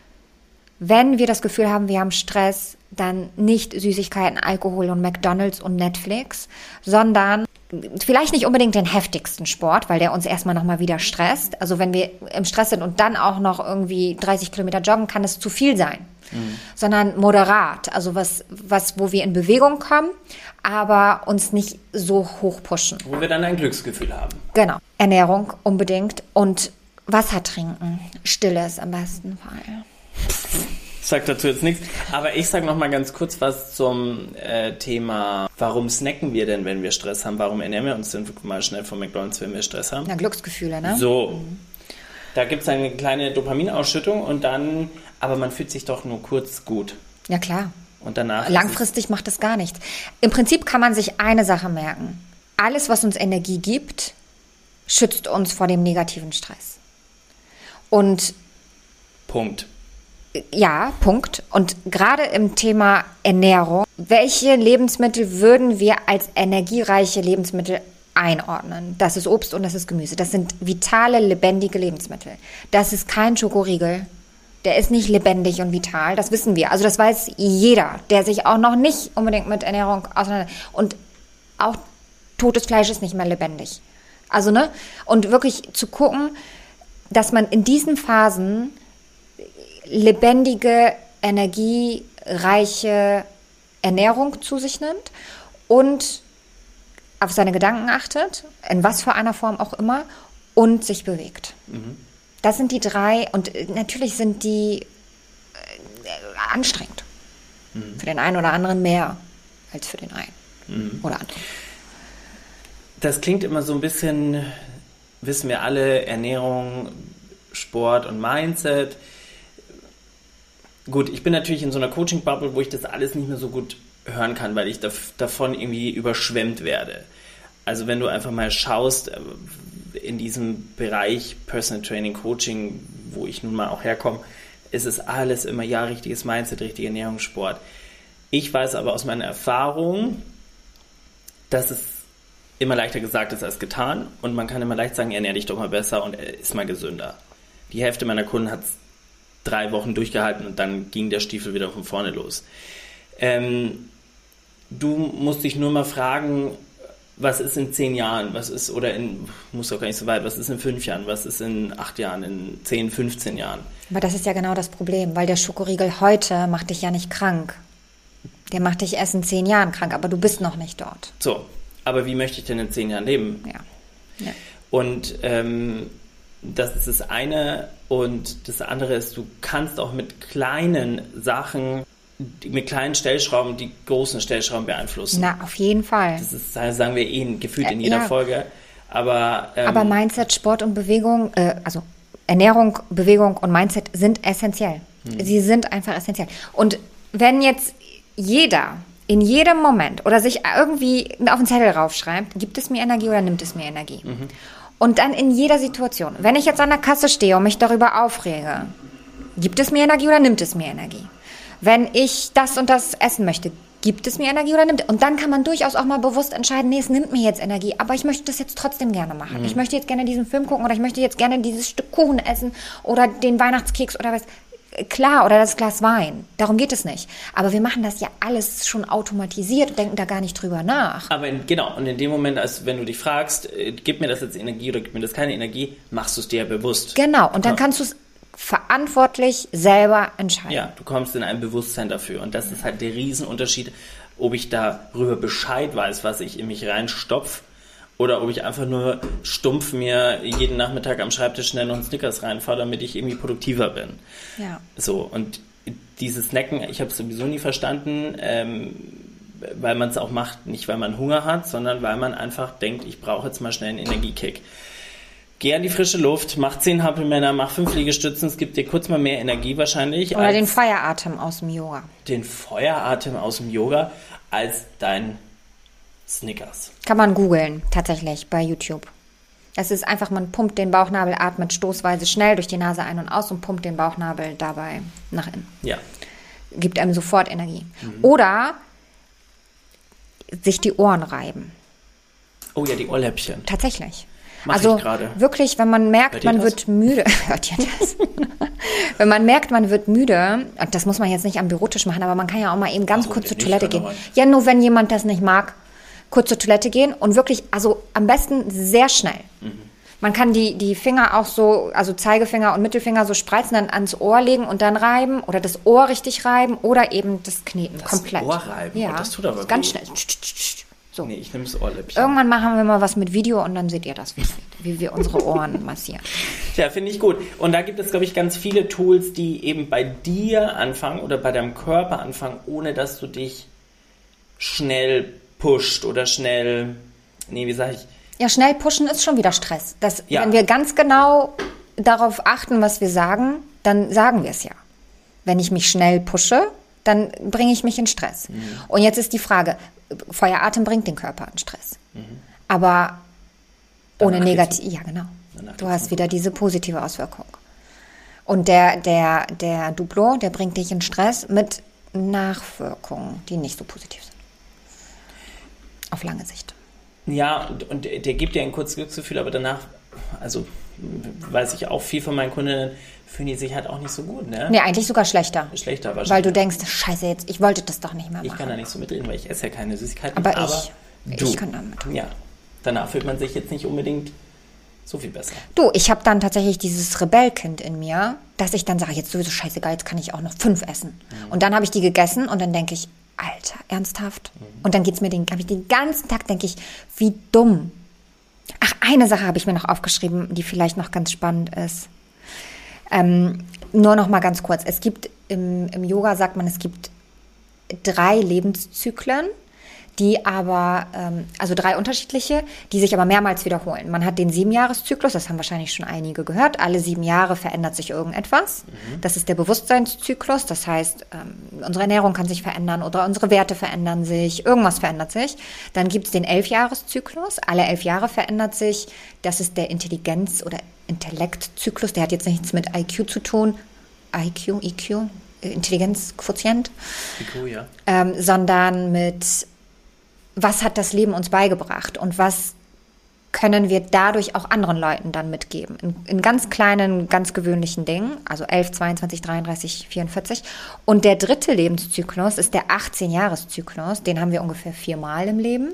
Wenn wir das Gefühl haben, wir haben Stress, dann nicht Süßigkeiten, Alkohol und McDonald's und Netflix, sondern vielleicht nicht unbedingt den heftigsten Sport, weil der uns erstmal nochmal wieder stresst. Also wenn wir im Stress sind und dann auch noch irgendwie dreißig Kilometer joggen, kann es zu viel sein. Mhm. Sondern moderat, also was, was, wo wir in Bewegung kommen, aber uns nicht so hoch pushen. Wo wir dann ein Glücksgefühl haben. Genau. Ernährung unbedingt und Wasser trinken. Stilles am besten Fall. Ich sag dazu jetzt nichts, aber ich sag noch mal ganz kurz was zum äh, Thema, warum snacken wir denn, wenn wir Stress haben? Warum ernähren wir uns denn mal schnell von McDonald's, wenn wir Stress haben? Na, Glücksgefühle, ne? So, mhm. Da gibt es eine kleine Dopaminausschüttung und dann, aber man fühlt sich doch nur kurz gut. Ja, klar. Und danach langfristig macht das gar nichts. Im Prinzip kann man sich eine Sache merken. Alles, was uns Energie gibt, schützt uns vor dem negativen Stress. Und Punkt. Ja, Punkt. Und gerade im Thema Ernährung, welche Lebensmittel würden wir als energiereiche Lebensmittel einordnen? Das ist Obst und das ist Gemüse. Das sind vitale, lebendige Lebensmittel. Das ist kein Schokoriegel, Der ist nicht lebendig und vital, das wissen wir. Also das weiß jeder, der sich auch noch nicht unbedingt mit Ernährung auseinandersetzt. Und auch totes Fleisch ist nicht mehr lebendig. Also, ne? Und wirklich zu gucken, dass man in diesen Phasen lebendige, energiereiche Ernährung zu sich nimmt und auf seine Gedanken achtet, in was für einer Form auch immer, und sich bewegt. Mhm. Das sind die drei, und natürlich sind die äh, anstrengend. Mhm. Für den einen oder anderen mehr als für den einen mhm. oder anderen. Das klingt immer so ein bisschen, wissen wir alle, Ernährung, Sport und Mindset. Gut, ich bin natürlich in so einer Coaching-Bubble, wo ich das alles nicht mehr so gut hören kann, weil ich da, davon irgendwie überschwemmt werde. Also wenn du einfach mal schaust, in diesem Bereich Personal Training, Coaching, wo ich nun mal auch herkomme, ist es alles immer, ja, richtiges Mindset, richtige Ernährung, Sport. Ich weiß aber aus meiner Erfahrung, dass es immer leichter gesagt ist als getan, und man kann immer leicht sagen, ernähr dich doch mal besser und iss mal gesünder. Die Hälfte meiner Kunden hat es drei Wochen durchgehalten und dann ging der Stiefel wieder von vorne los. Ähm, du musst dich nur mal fragen, was ist in zehn Jahren, was ist, oder in, muss doch gar nicht so weit, was ist in fünf Jahren, was ist in acht Jahren, in zehn, fünfzehn Jahren. Aber das ist ja genau das Problem, weil der Schokoriegel heute macht dich ja nicht krank. Der macht dich erst in zehn Jahren krank, aber du bist noch nicht dort. So, aber wie möchte ich denn in zehn Jahren leben? Ja. ja. Und ähm, das ist das eine, und das andere ist, du kannst auch mit kleinen Sachen, mit kleinen Stellschrauben die großen Stellschrauben beeinflussen. Na, auf jeden Fall. Das ist, sagen wir eh gefühlt in jeder ja. Folge. Aber, ähm, aber Mindset, Sport und Bewegung, äh, also Ernährung, Bewegung und Mindset sind essentiell. Hm. Sie sind einfach essentiell. Und wenn jetzt jeder in jedem Moment oder sich irgendwie auf den Zettel raufschreibt, gibt es mir Energie oder nimmt es mir Energie? Mhm. Und dann in jeder Situation, wenn ich jetzt an der Kasse stehe und mich darüber aufrege, gibt es mir Energie oder nimmt es mir Energie? Wenn ich das und das essen möchte, gibt es mir Energie oder nimmt es? Und dann kann man durchaus auch mal bewusst entscheiden, nee, es nimmt mir jetzt Energie, aber ich möchte das jetzt trotzdem gerne machen. Mhm. Ich möchte jetzt gerne diesen Film gucken oder ich möchte jetzt gerne dieses Stück Kuchen essen oder den Weihnachtskeks oder was. Klar, oder das Glas Wein. Darum geht es nicht. Aber wir machen das ja alles schon automatisiert und denken da gar nicht drüber nach. Aber in, genau, und in dem Moment, als wenn du dich fragst, äh, gibt mir das jetzt Energie oder gibt mir das keine Energie, machst du es dir bewusst. Genau, und dann ja. kannst du es verantwortlich selber entscheiden. Ja, du kommst in ein Bewusstsein dafür. Und das ist halt der Riesenunterschied, ob ich darüber Bescheid weiß, was ich in mich reinstopfe, oder ob ich einfach nur stumpf mir jeden Nachmittag am Schreibtisch schnell noch einen Snickers reinfahre, damit ich irgendwie produktiver bin. Ja. So, und dieses Snacken, ich habe es sowieso nie verstanden, ähm, weil man es auch macht, nicht weil man Hunger hat, sondern weil man einfach denkt, ich brauche jetzt mal schnell einen Energiekick. Geh an die frische Luft, mach zehn Hampelmänner, mach fünf Liegestützen, es gibt dir kurz mal mehr Energie wahrscheinlich. Oder den Feueratem aus dem Yoga. Den Feueratem aus dem Yoga als dein Snickers. Kann man googeln, tatsächlich, bei YouTube. Es ist einfach, man pumpt den Bauchnabel, atmet stoßweise schnell durch die Nase ein und aus und pumpt den Bauchnabel dabei nach innen. Ja. Gibt einem sofort Energie. Mhm. Oder sich die Ohren reiben. Oh ja, die Ohrläppchen. Tatsächlich. Mach also ich gerade. Wirklich, wenn man merkt, man das? wird müde. Hört ihr das? Wenn man merkt, man wird müde, und das muss man jetzt nicht am Bürotisch machen, aber man kann ja auch mal eben ganz Ach, kurz zur Toilette gehen. Ja, nur wenn jemand das nicht mag, kurz zur Toilette gehen und wirklich, also am besten sehr schnell. Mhm. Man kann die, die Finger auch so, also Zeigefinger und Mittelfinger so spreizen, dann ans Ohr legen und dann reiben oder das Ohr richtig reiben oder eben das Kneten das komplett. Das Ohr reiben? Ja, oh, das tut aber ganz gut. schnell. So. Nee, ich nehme das Ohrläppchen. Irgendwann machen wir mal was mit Video und dann seht ihr das, wie, wie wir unsere Ohren massieren. Ja, finde ich gut. Und da gibt es, glaube ich, ganz viele Tools, die eben bei dir anfangen oder bei deinem Körper anfangen, ohne dass du dich schnell pusht oder schnell, nee, wie sage ich? Ja, schnell pushen ist schon wieder Stress. Das, ja. Wenn wir ganz genau darauf achten, was wir sagen, dann sagen wir es ja. Wenn ich mich schnell pushe, dann bringe ich mich in Stress. Mhm. Und jetzt ist die Frage, Feueratem bringt den Körper in Stress. Mhm. Aber Danach ohne negativ, ja genau. Danach du hast wieder diese positive Auswirkung. Und der, der, der Duplo, der bringt dich in Stress mit Nachwirkungen, die nicht so positiv sind. Auf lange Sicht. Ja, und, und der gibt dir ein kurzes Glücksgefühl, aber danach, also weiß ich auch viel von meinen Kundinnen, fühlen die sich halt auch nicht so gut, ne? Nee, eigentlich sogar schlechter. Schlechter wahrscheinlich. Weil du denkst, scheiße, jetzt, ich wollte das doch nicht mehr machen. Ich kann da nicht so mitreden, weil ich esse ja keine Süßigkeiten. Aber, aber ich, du, ich kann damit. Ja, danach fühlt man sich jetzt nicht unbedingt so viel besser. Du, ich habe dann tatsächlich dieses Rebellkind in mir, dass ich dann sage, jetzt sowieso scheißegal, jetzt kann ich auch noch fünf essen. Mhm. Und dann habe ich die gegessen und dann denke ich, Alter, ernsthaft? Mhm. Und dann geht's mir den, habe ich den ganzen Tag, denke ich, wie dumm. Ach, eine Sache habe ich mir noch aufgeschrieben, die vielleicht noch ganz spannend ist. Ähm, nur noch mal ganz kurz. Es gibt im, im Yoga, sagt man, es gibt drei Lebenszyklen, die aber, ähm, also drei unterschiedliche, die sich aber mehrmals wiederholen. Man hat den Siebenjahreszyklus, das haben wahrscheinlich schon einige gehört. Alle sieben Jahre verändert sich irgendetwas. Mhm. Das ist der Bewusstseinszyklus. Das heißt, ähm, unsere Ernährung kann sich verändern oder unsere Werte verändern sich, irgendwas verändert sich. Dann gibt es den Elfjahreszyklus. Alle elf Jahre verändert sich. Das ist der Intelligenz- oder Intellektzyklus. Der hat jetzt nichts mit I Q zu tun. I Q, I Q, Intelligenzquotient. I Q, ja. Ähm, sondern mit was hat das Leben uns beigebracht und was können wir dadurch auch anderen Leuten dann mitgeben. In, in ganz kleinen, ganz gewöhnlichen Dingen, also elf, zweiundzwanzig, dreiunddreißig, vierundvierzig. Und der dritte Lebenszyklus ist der achtzehn-Jahres-Zyklus. Den haben wir ungefähr viermal im Leben.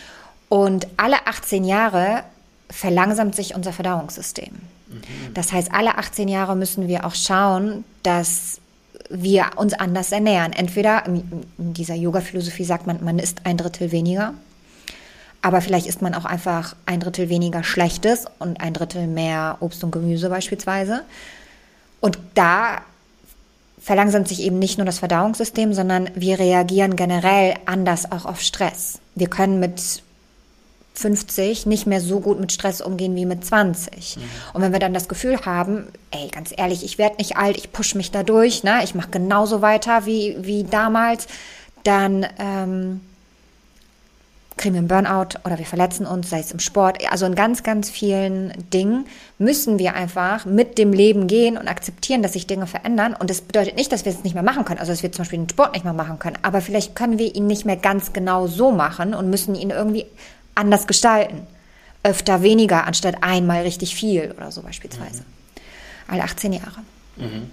Und alle achtzehn Jahre verlangsamt sich unser Verdauungssystem. Mhm. Das heißt, alle achtzehn Jahre müssen wir auch schauen, dass wir uns anders ernähren. Entweder in dieser Yoga-Philosophie sagt man, man isst ein Drittel weniger, aber vielleicht isst man auch einfach ein Drittel weniger Schlechtes und ein Drittel mehr Obst und Gemüse beispielsweise. Und da verlangsamt sich eben nicht nur das Verdauungssystem, sondern wir reagieren generell anders auch auf Stress. Wir können mit fünfzig nicht mehr so gut mit Stress umgehen wie mit zwanzig. Mhm. Und wenn wir dann das Gefühl haben, ey, ganz ehrlich, ich werde nicht alt, ich pushe mich da durch, ne? Ich mache genauso weiter wie, wie damals, dann ähm, kriegen wir einen Burnout oder wir verletzen uns, sei es im Sport. Also in ganz, ganz vielen Dingen müssen wir einfach mit dem Leben gehen und akzeptieren, dass sich Dinge verändern. Und das bedeutet nicht, dass wir es nicht mehr machen können, also dass wir zum Beispiel den Sport nicht mehr machen können. Aber vielleicht können wir ihn nicht mehr ganz genau so machen und müssen ihn irgendwie anders gestalten. Öfter weniger, anstatt einmal richtig viel oder so beispielsweise. Mhm. Alle achtzehn Jahre. Mhm.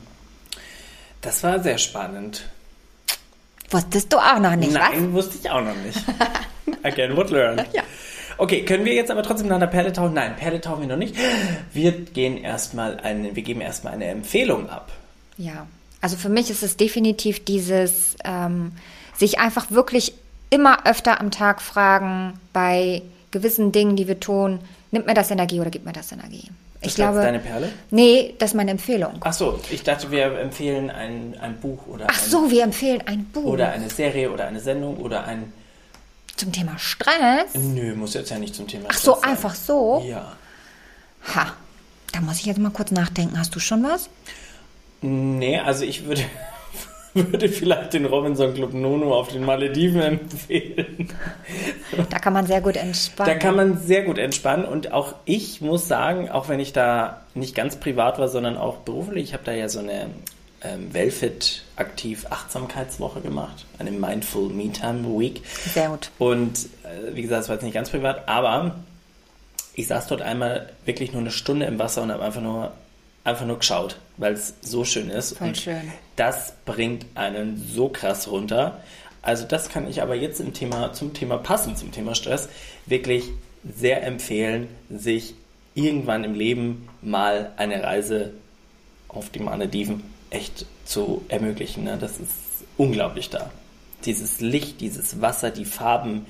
Das war sehr spannend. Wusstest du auch noch nicht, Nein, was? wusste ich auch noch nicht. Again, would learn. Ja. Okay, können wir jetzt aber trotzdem nach der Perle tauchen? Nein, Perle tauchen wir noch nicht. Wir gehen erstmal eine, wir geben erstmal eine Empfehlung ab. Ja, also für mich ist es definitiv dieses, ähm, sich einfach wirklich immer öfter am Tag fragen, bei gewissen Dingen, die wir tun, nimmt mir das Energie oder gibt mir das Energie? Ich ich glaube, das deine Perle? Nee, das ist meine Empfehlung. Ach so, ich dachte, wir empfehlen ein, ein Buch oder Ach ein, so, wir empfehlen ein Buch. Oder eine Serie oder eine Sendung oder ein... Zum Thema Stress? Nö, muss jetzt ja nicht zum Thema Ach Stress so, sein. einfach so? Ja. Ha, da muss ich jetzt mal kurz nachdenken. Hast du schon was? Nee, also ich würde... würde vielleicht den Robinson Club Nono auf den Malediven empfehlen. Da kann man sehr gut entspannen. Da kann man sehr gut entspannen und auch ich muss sagen, auch wenn ich da nicht ganz privat war, sondern auch beruflich, ich habe da ja so eine ähm, Wellfit aktiv Achtsamkeitswoche gemacht, eine Mindful Me Time Week. Sehr gut. Und äh, wie gesagt, es war jetzt nicht ganz privat, aber ich saß dort einmal wirklich nur eine Stunde im Wasser und habe einfach nur einfach nur geschaut, weil es so schön ist. Voll und schön. Das bringt einen so krass runter. Also das kann ich aber jetzt im Thema, zum Thema passend, zum Thema Stress, wirklich sehr empfehlen, sich irgendwann im Leben mal eine Reise auf die Malediven echt zu ermöglichen. Ne? Das ist unglaublich da. Dieses Licht, dieses Wasser, die Farben,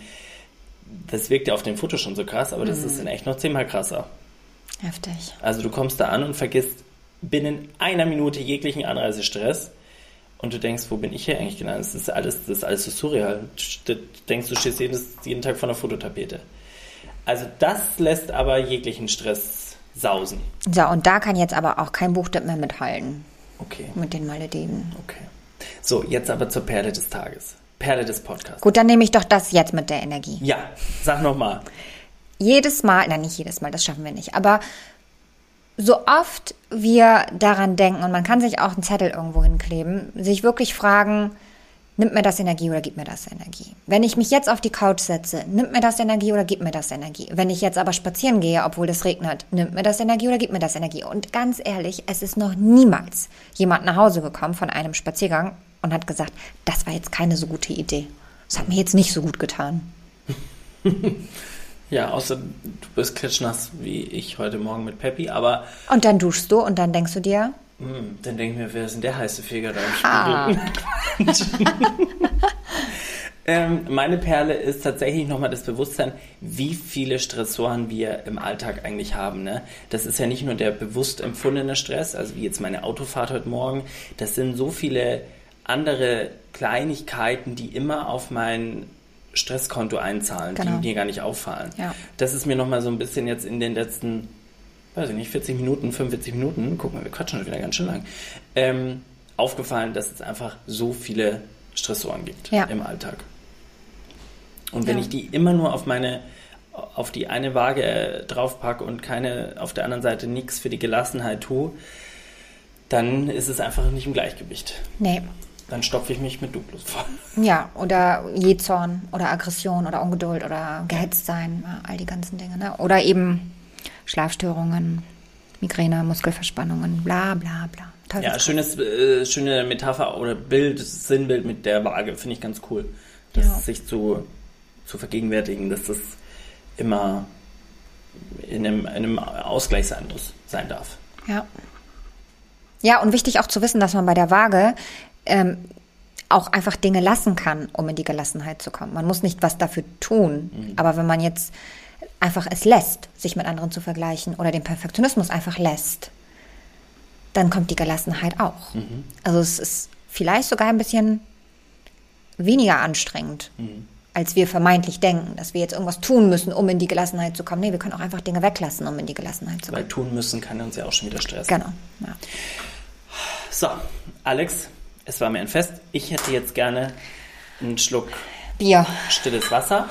das wirkt ja auf dem Foto schon so krass, aber das Mhm. ist in echt noch zehnmal krasser. Heftig. Also du kommst da an und vergisst binnen einer Minute jeglichen Anreisestress und du denkst, wo bin ich hier eigentlich genau? Das ist alles, das ist alles so surreal. Du denkst, du stehst jeden, jeden Tag vor einer Fototapete. Also das lässt aber jeglichen Stress sausen. So, und da kann jetzt aber auch kein Buchtipp mehr mithalten. Okay. Mit den Malediven. Okay. So, jetzt aber zur Perle des Tages. Perle des Podcasts. Gut, dann nehme ich doch das jetzt mit der Energie. Ja, sag nochmal. Jedes Mal, nein, nicht jedes Mal, das schaffen wir nicht, aber so oft wir daran denken, und man kann sich auch einen Zettel irgendwo hinkleben, sich wirklich fragen, nimmt mir das Energie oder gibt mir das Energie? Wenn ich mich jetzt auf die Couch setze, nimmt mir das Energie oder gibt mir das Energie? Wenn ich jetzt aber spazieren gehe, obwohl es regnet, nimmt mir das Energie oder gibt mir das Energie? Und ganz ehrlich, es ist noch niemals jemand nach Hause gekommen von einem Spaziergang und hat gesagt, das war jetzt keine so gute Idee. Das hat mir jetzt nicht so gut getan. Ja, außer du bist klitschnass wie ich heute Morgen mit Peppi, aber... Und dann duschst du und dann denkst du dir... Hm, dann denke ich mir, wer ist denn der heiße Feger da im Spiegel? ähm, meine Perle ist tatsächlich nochmal das Bewusstsein, wie viele Stressoren wir im Alltag eigentlich haben. Ne? Das ist ja nicht nur der bewusst empfundene Stress, also wie jetzt meine Autofahrt heute Morgen, das sind so viele andere Kleinigkeiten, die immer auf mein Stresskonto einzahlen, genau. die mir gar nicht auffallen. Ja. Das ist mir nochmal so ein bisschen jetzt in den letzten, weiß ich nicht, vierzig Minuten, fünfundvierzig Minuten, guck mal, wir quatschen schon wieder ganz schön lang, ähm, aufgefallen, dass es einfach so viele Stressoren gibt ja. im Alltag. Und wenn ja. ich die immer nur auf meine, auf die eine Waage äh, draufpacke und keine, auf der anderen Seite nichts für die Gelassenheit tue, dann ist es einfach nicht im Gleichgewicht. Nee. Dann stopfe ich mich mit Duplos voll. Ja, oder Jähzorn oder Aggression oder Ungeduld oder gehetzt sein, all die ganzen Dinge. Ne? Oder eben Schlafstörungen, Migräne, Muskelverspannungen, bla bla bla. Ja, schönes, äh, schöne Metapher oder Bild, Sinnbild mit der Waage, finde ich ganz cool. Das ja. sich zu, zu vergegenwärtigen, dass das immer in einem, in einem Ausgleich sein muss, sein darf. Ja. Ja, und wichtig auch zu wissen, dass man bei der Waage ähm, auch einfach Dinge lassen kann, um in die Gelassenheit zu kommen. Man muss nicht was dafür tun, mhm. aber wenn man jetzt einfach es lässt, sich mit anderen zu vergleichen oder den Perfektionismus einfach lässt, dann kommt die Gelassenheit auch. Mhm. Also es ist vielleicht sogar ein bisschen weniger anstrengend, mhm. als wir vermeintlich denken, dass wir jetzt irgendwas tun müssen, um in die Gelassenheit zu kommen. Nee, wir können auch einfach Dinge weglassen, um in die Gelassenheit zu kommen. Weil tun müssen kann uns ja auch schon wieder stressen. Genau, ja. So, Alex, es war mir ein Fest. Ich hätte jetzt gerne einen Schluck Bier. Stilles Wasser.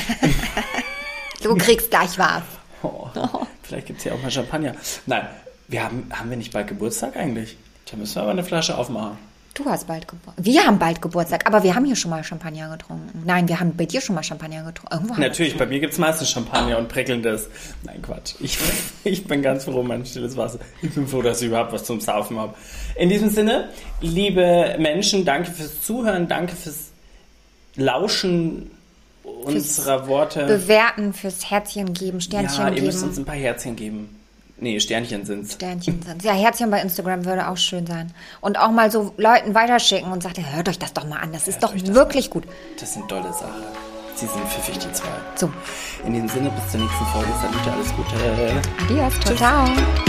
Du kriegst gleich was. Oh, vielleicht gibt es hier auch mal Champagner. Nein, wir haben, haben wir nicht bald Geburtstag eigentlich? Da müssen wir aber eine Flasche aufmachen. Du hast bald Geburtstag. Wir haben bald Geburtstag, aber wir haben hier schon mal Champagner getrunken. Nein, wir haben bei dir schon mal Champagner getrunken. Irgendwo Natürlich, bei mir gibt es meistens Champagner und prickelndes. Nein, Quatsch. Ich, ich bin ganz froh um mein stilles Wasser. Ich bin froh, dass ich überhaupt was zum Saufen habe. In diesem Sinne, liebe Menschen, danke fürs Zuhören, danke fürs Lauschen unserer fürs Worte. Bewerten, fürs Herzchen geben, Sternchen ja, geben. ihr müsst uns ein paar Herzchen geben. Nee, Sternchen sind's. Sternchen sind's. Ja, Herzchen bei Instagram würde auch schön sein. Und auch mal so Leuten weiterschicken und sagt, hört euch das doch mal an, das ist doch wirklich gut. Das sind tolle Sachen. Sie sind pfiffig, die zwei. So. In diesem Sinne, bis zur nächsten Folge. Salute, alles Gute. Adios, ciao, ciao.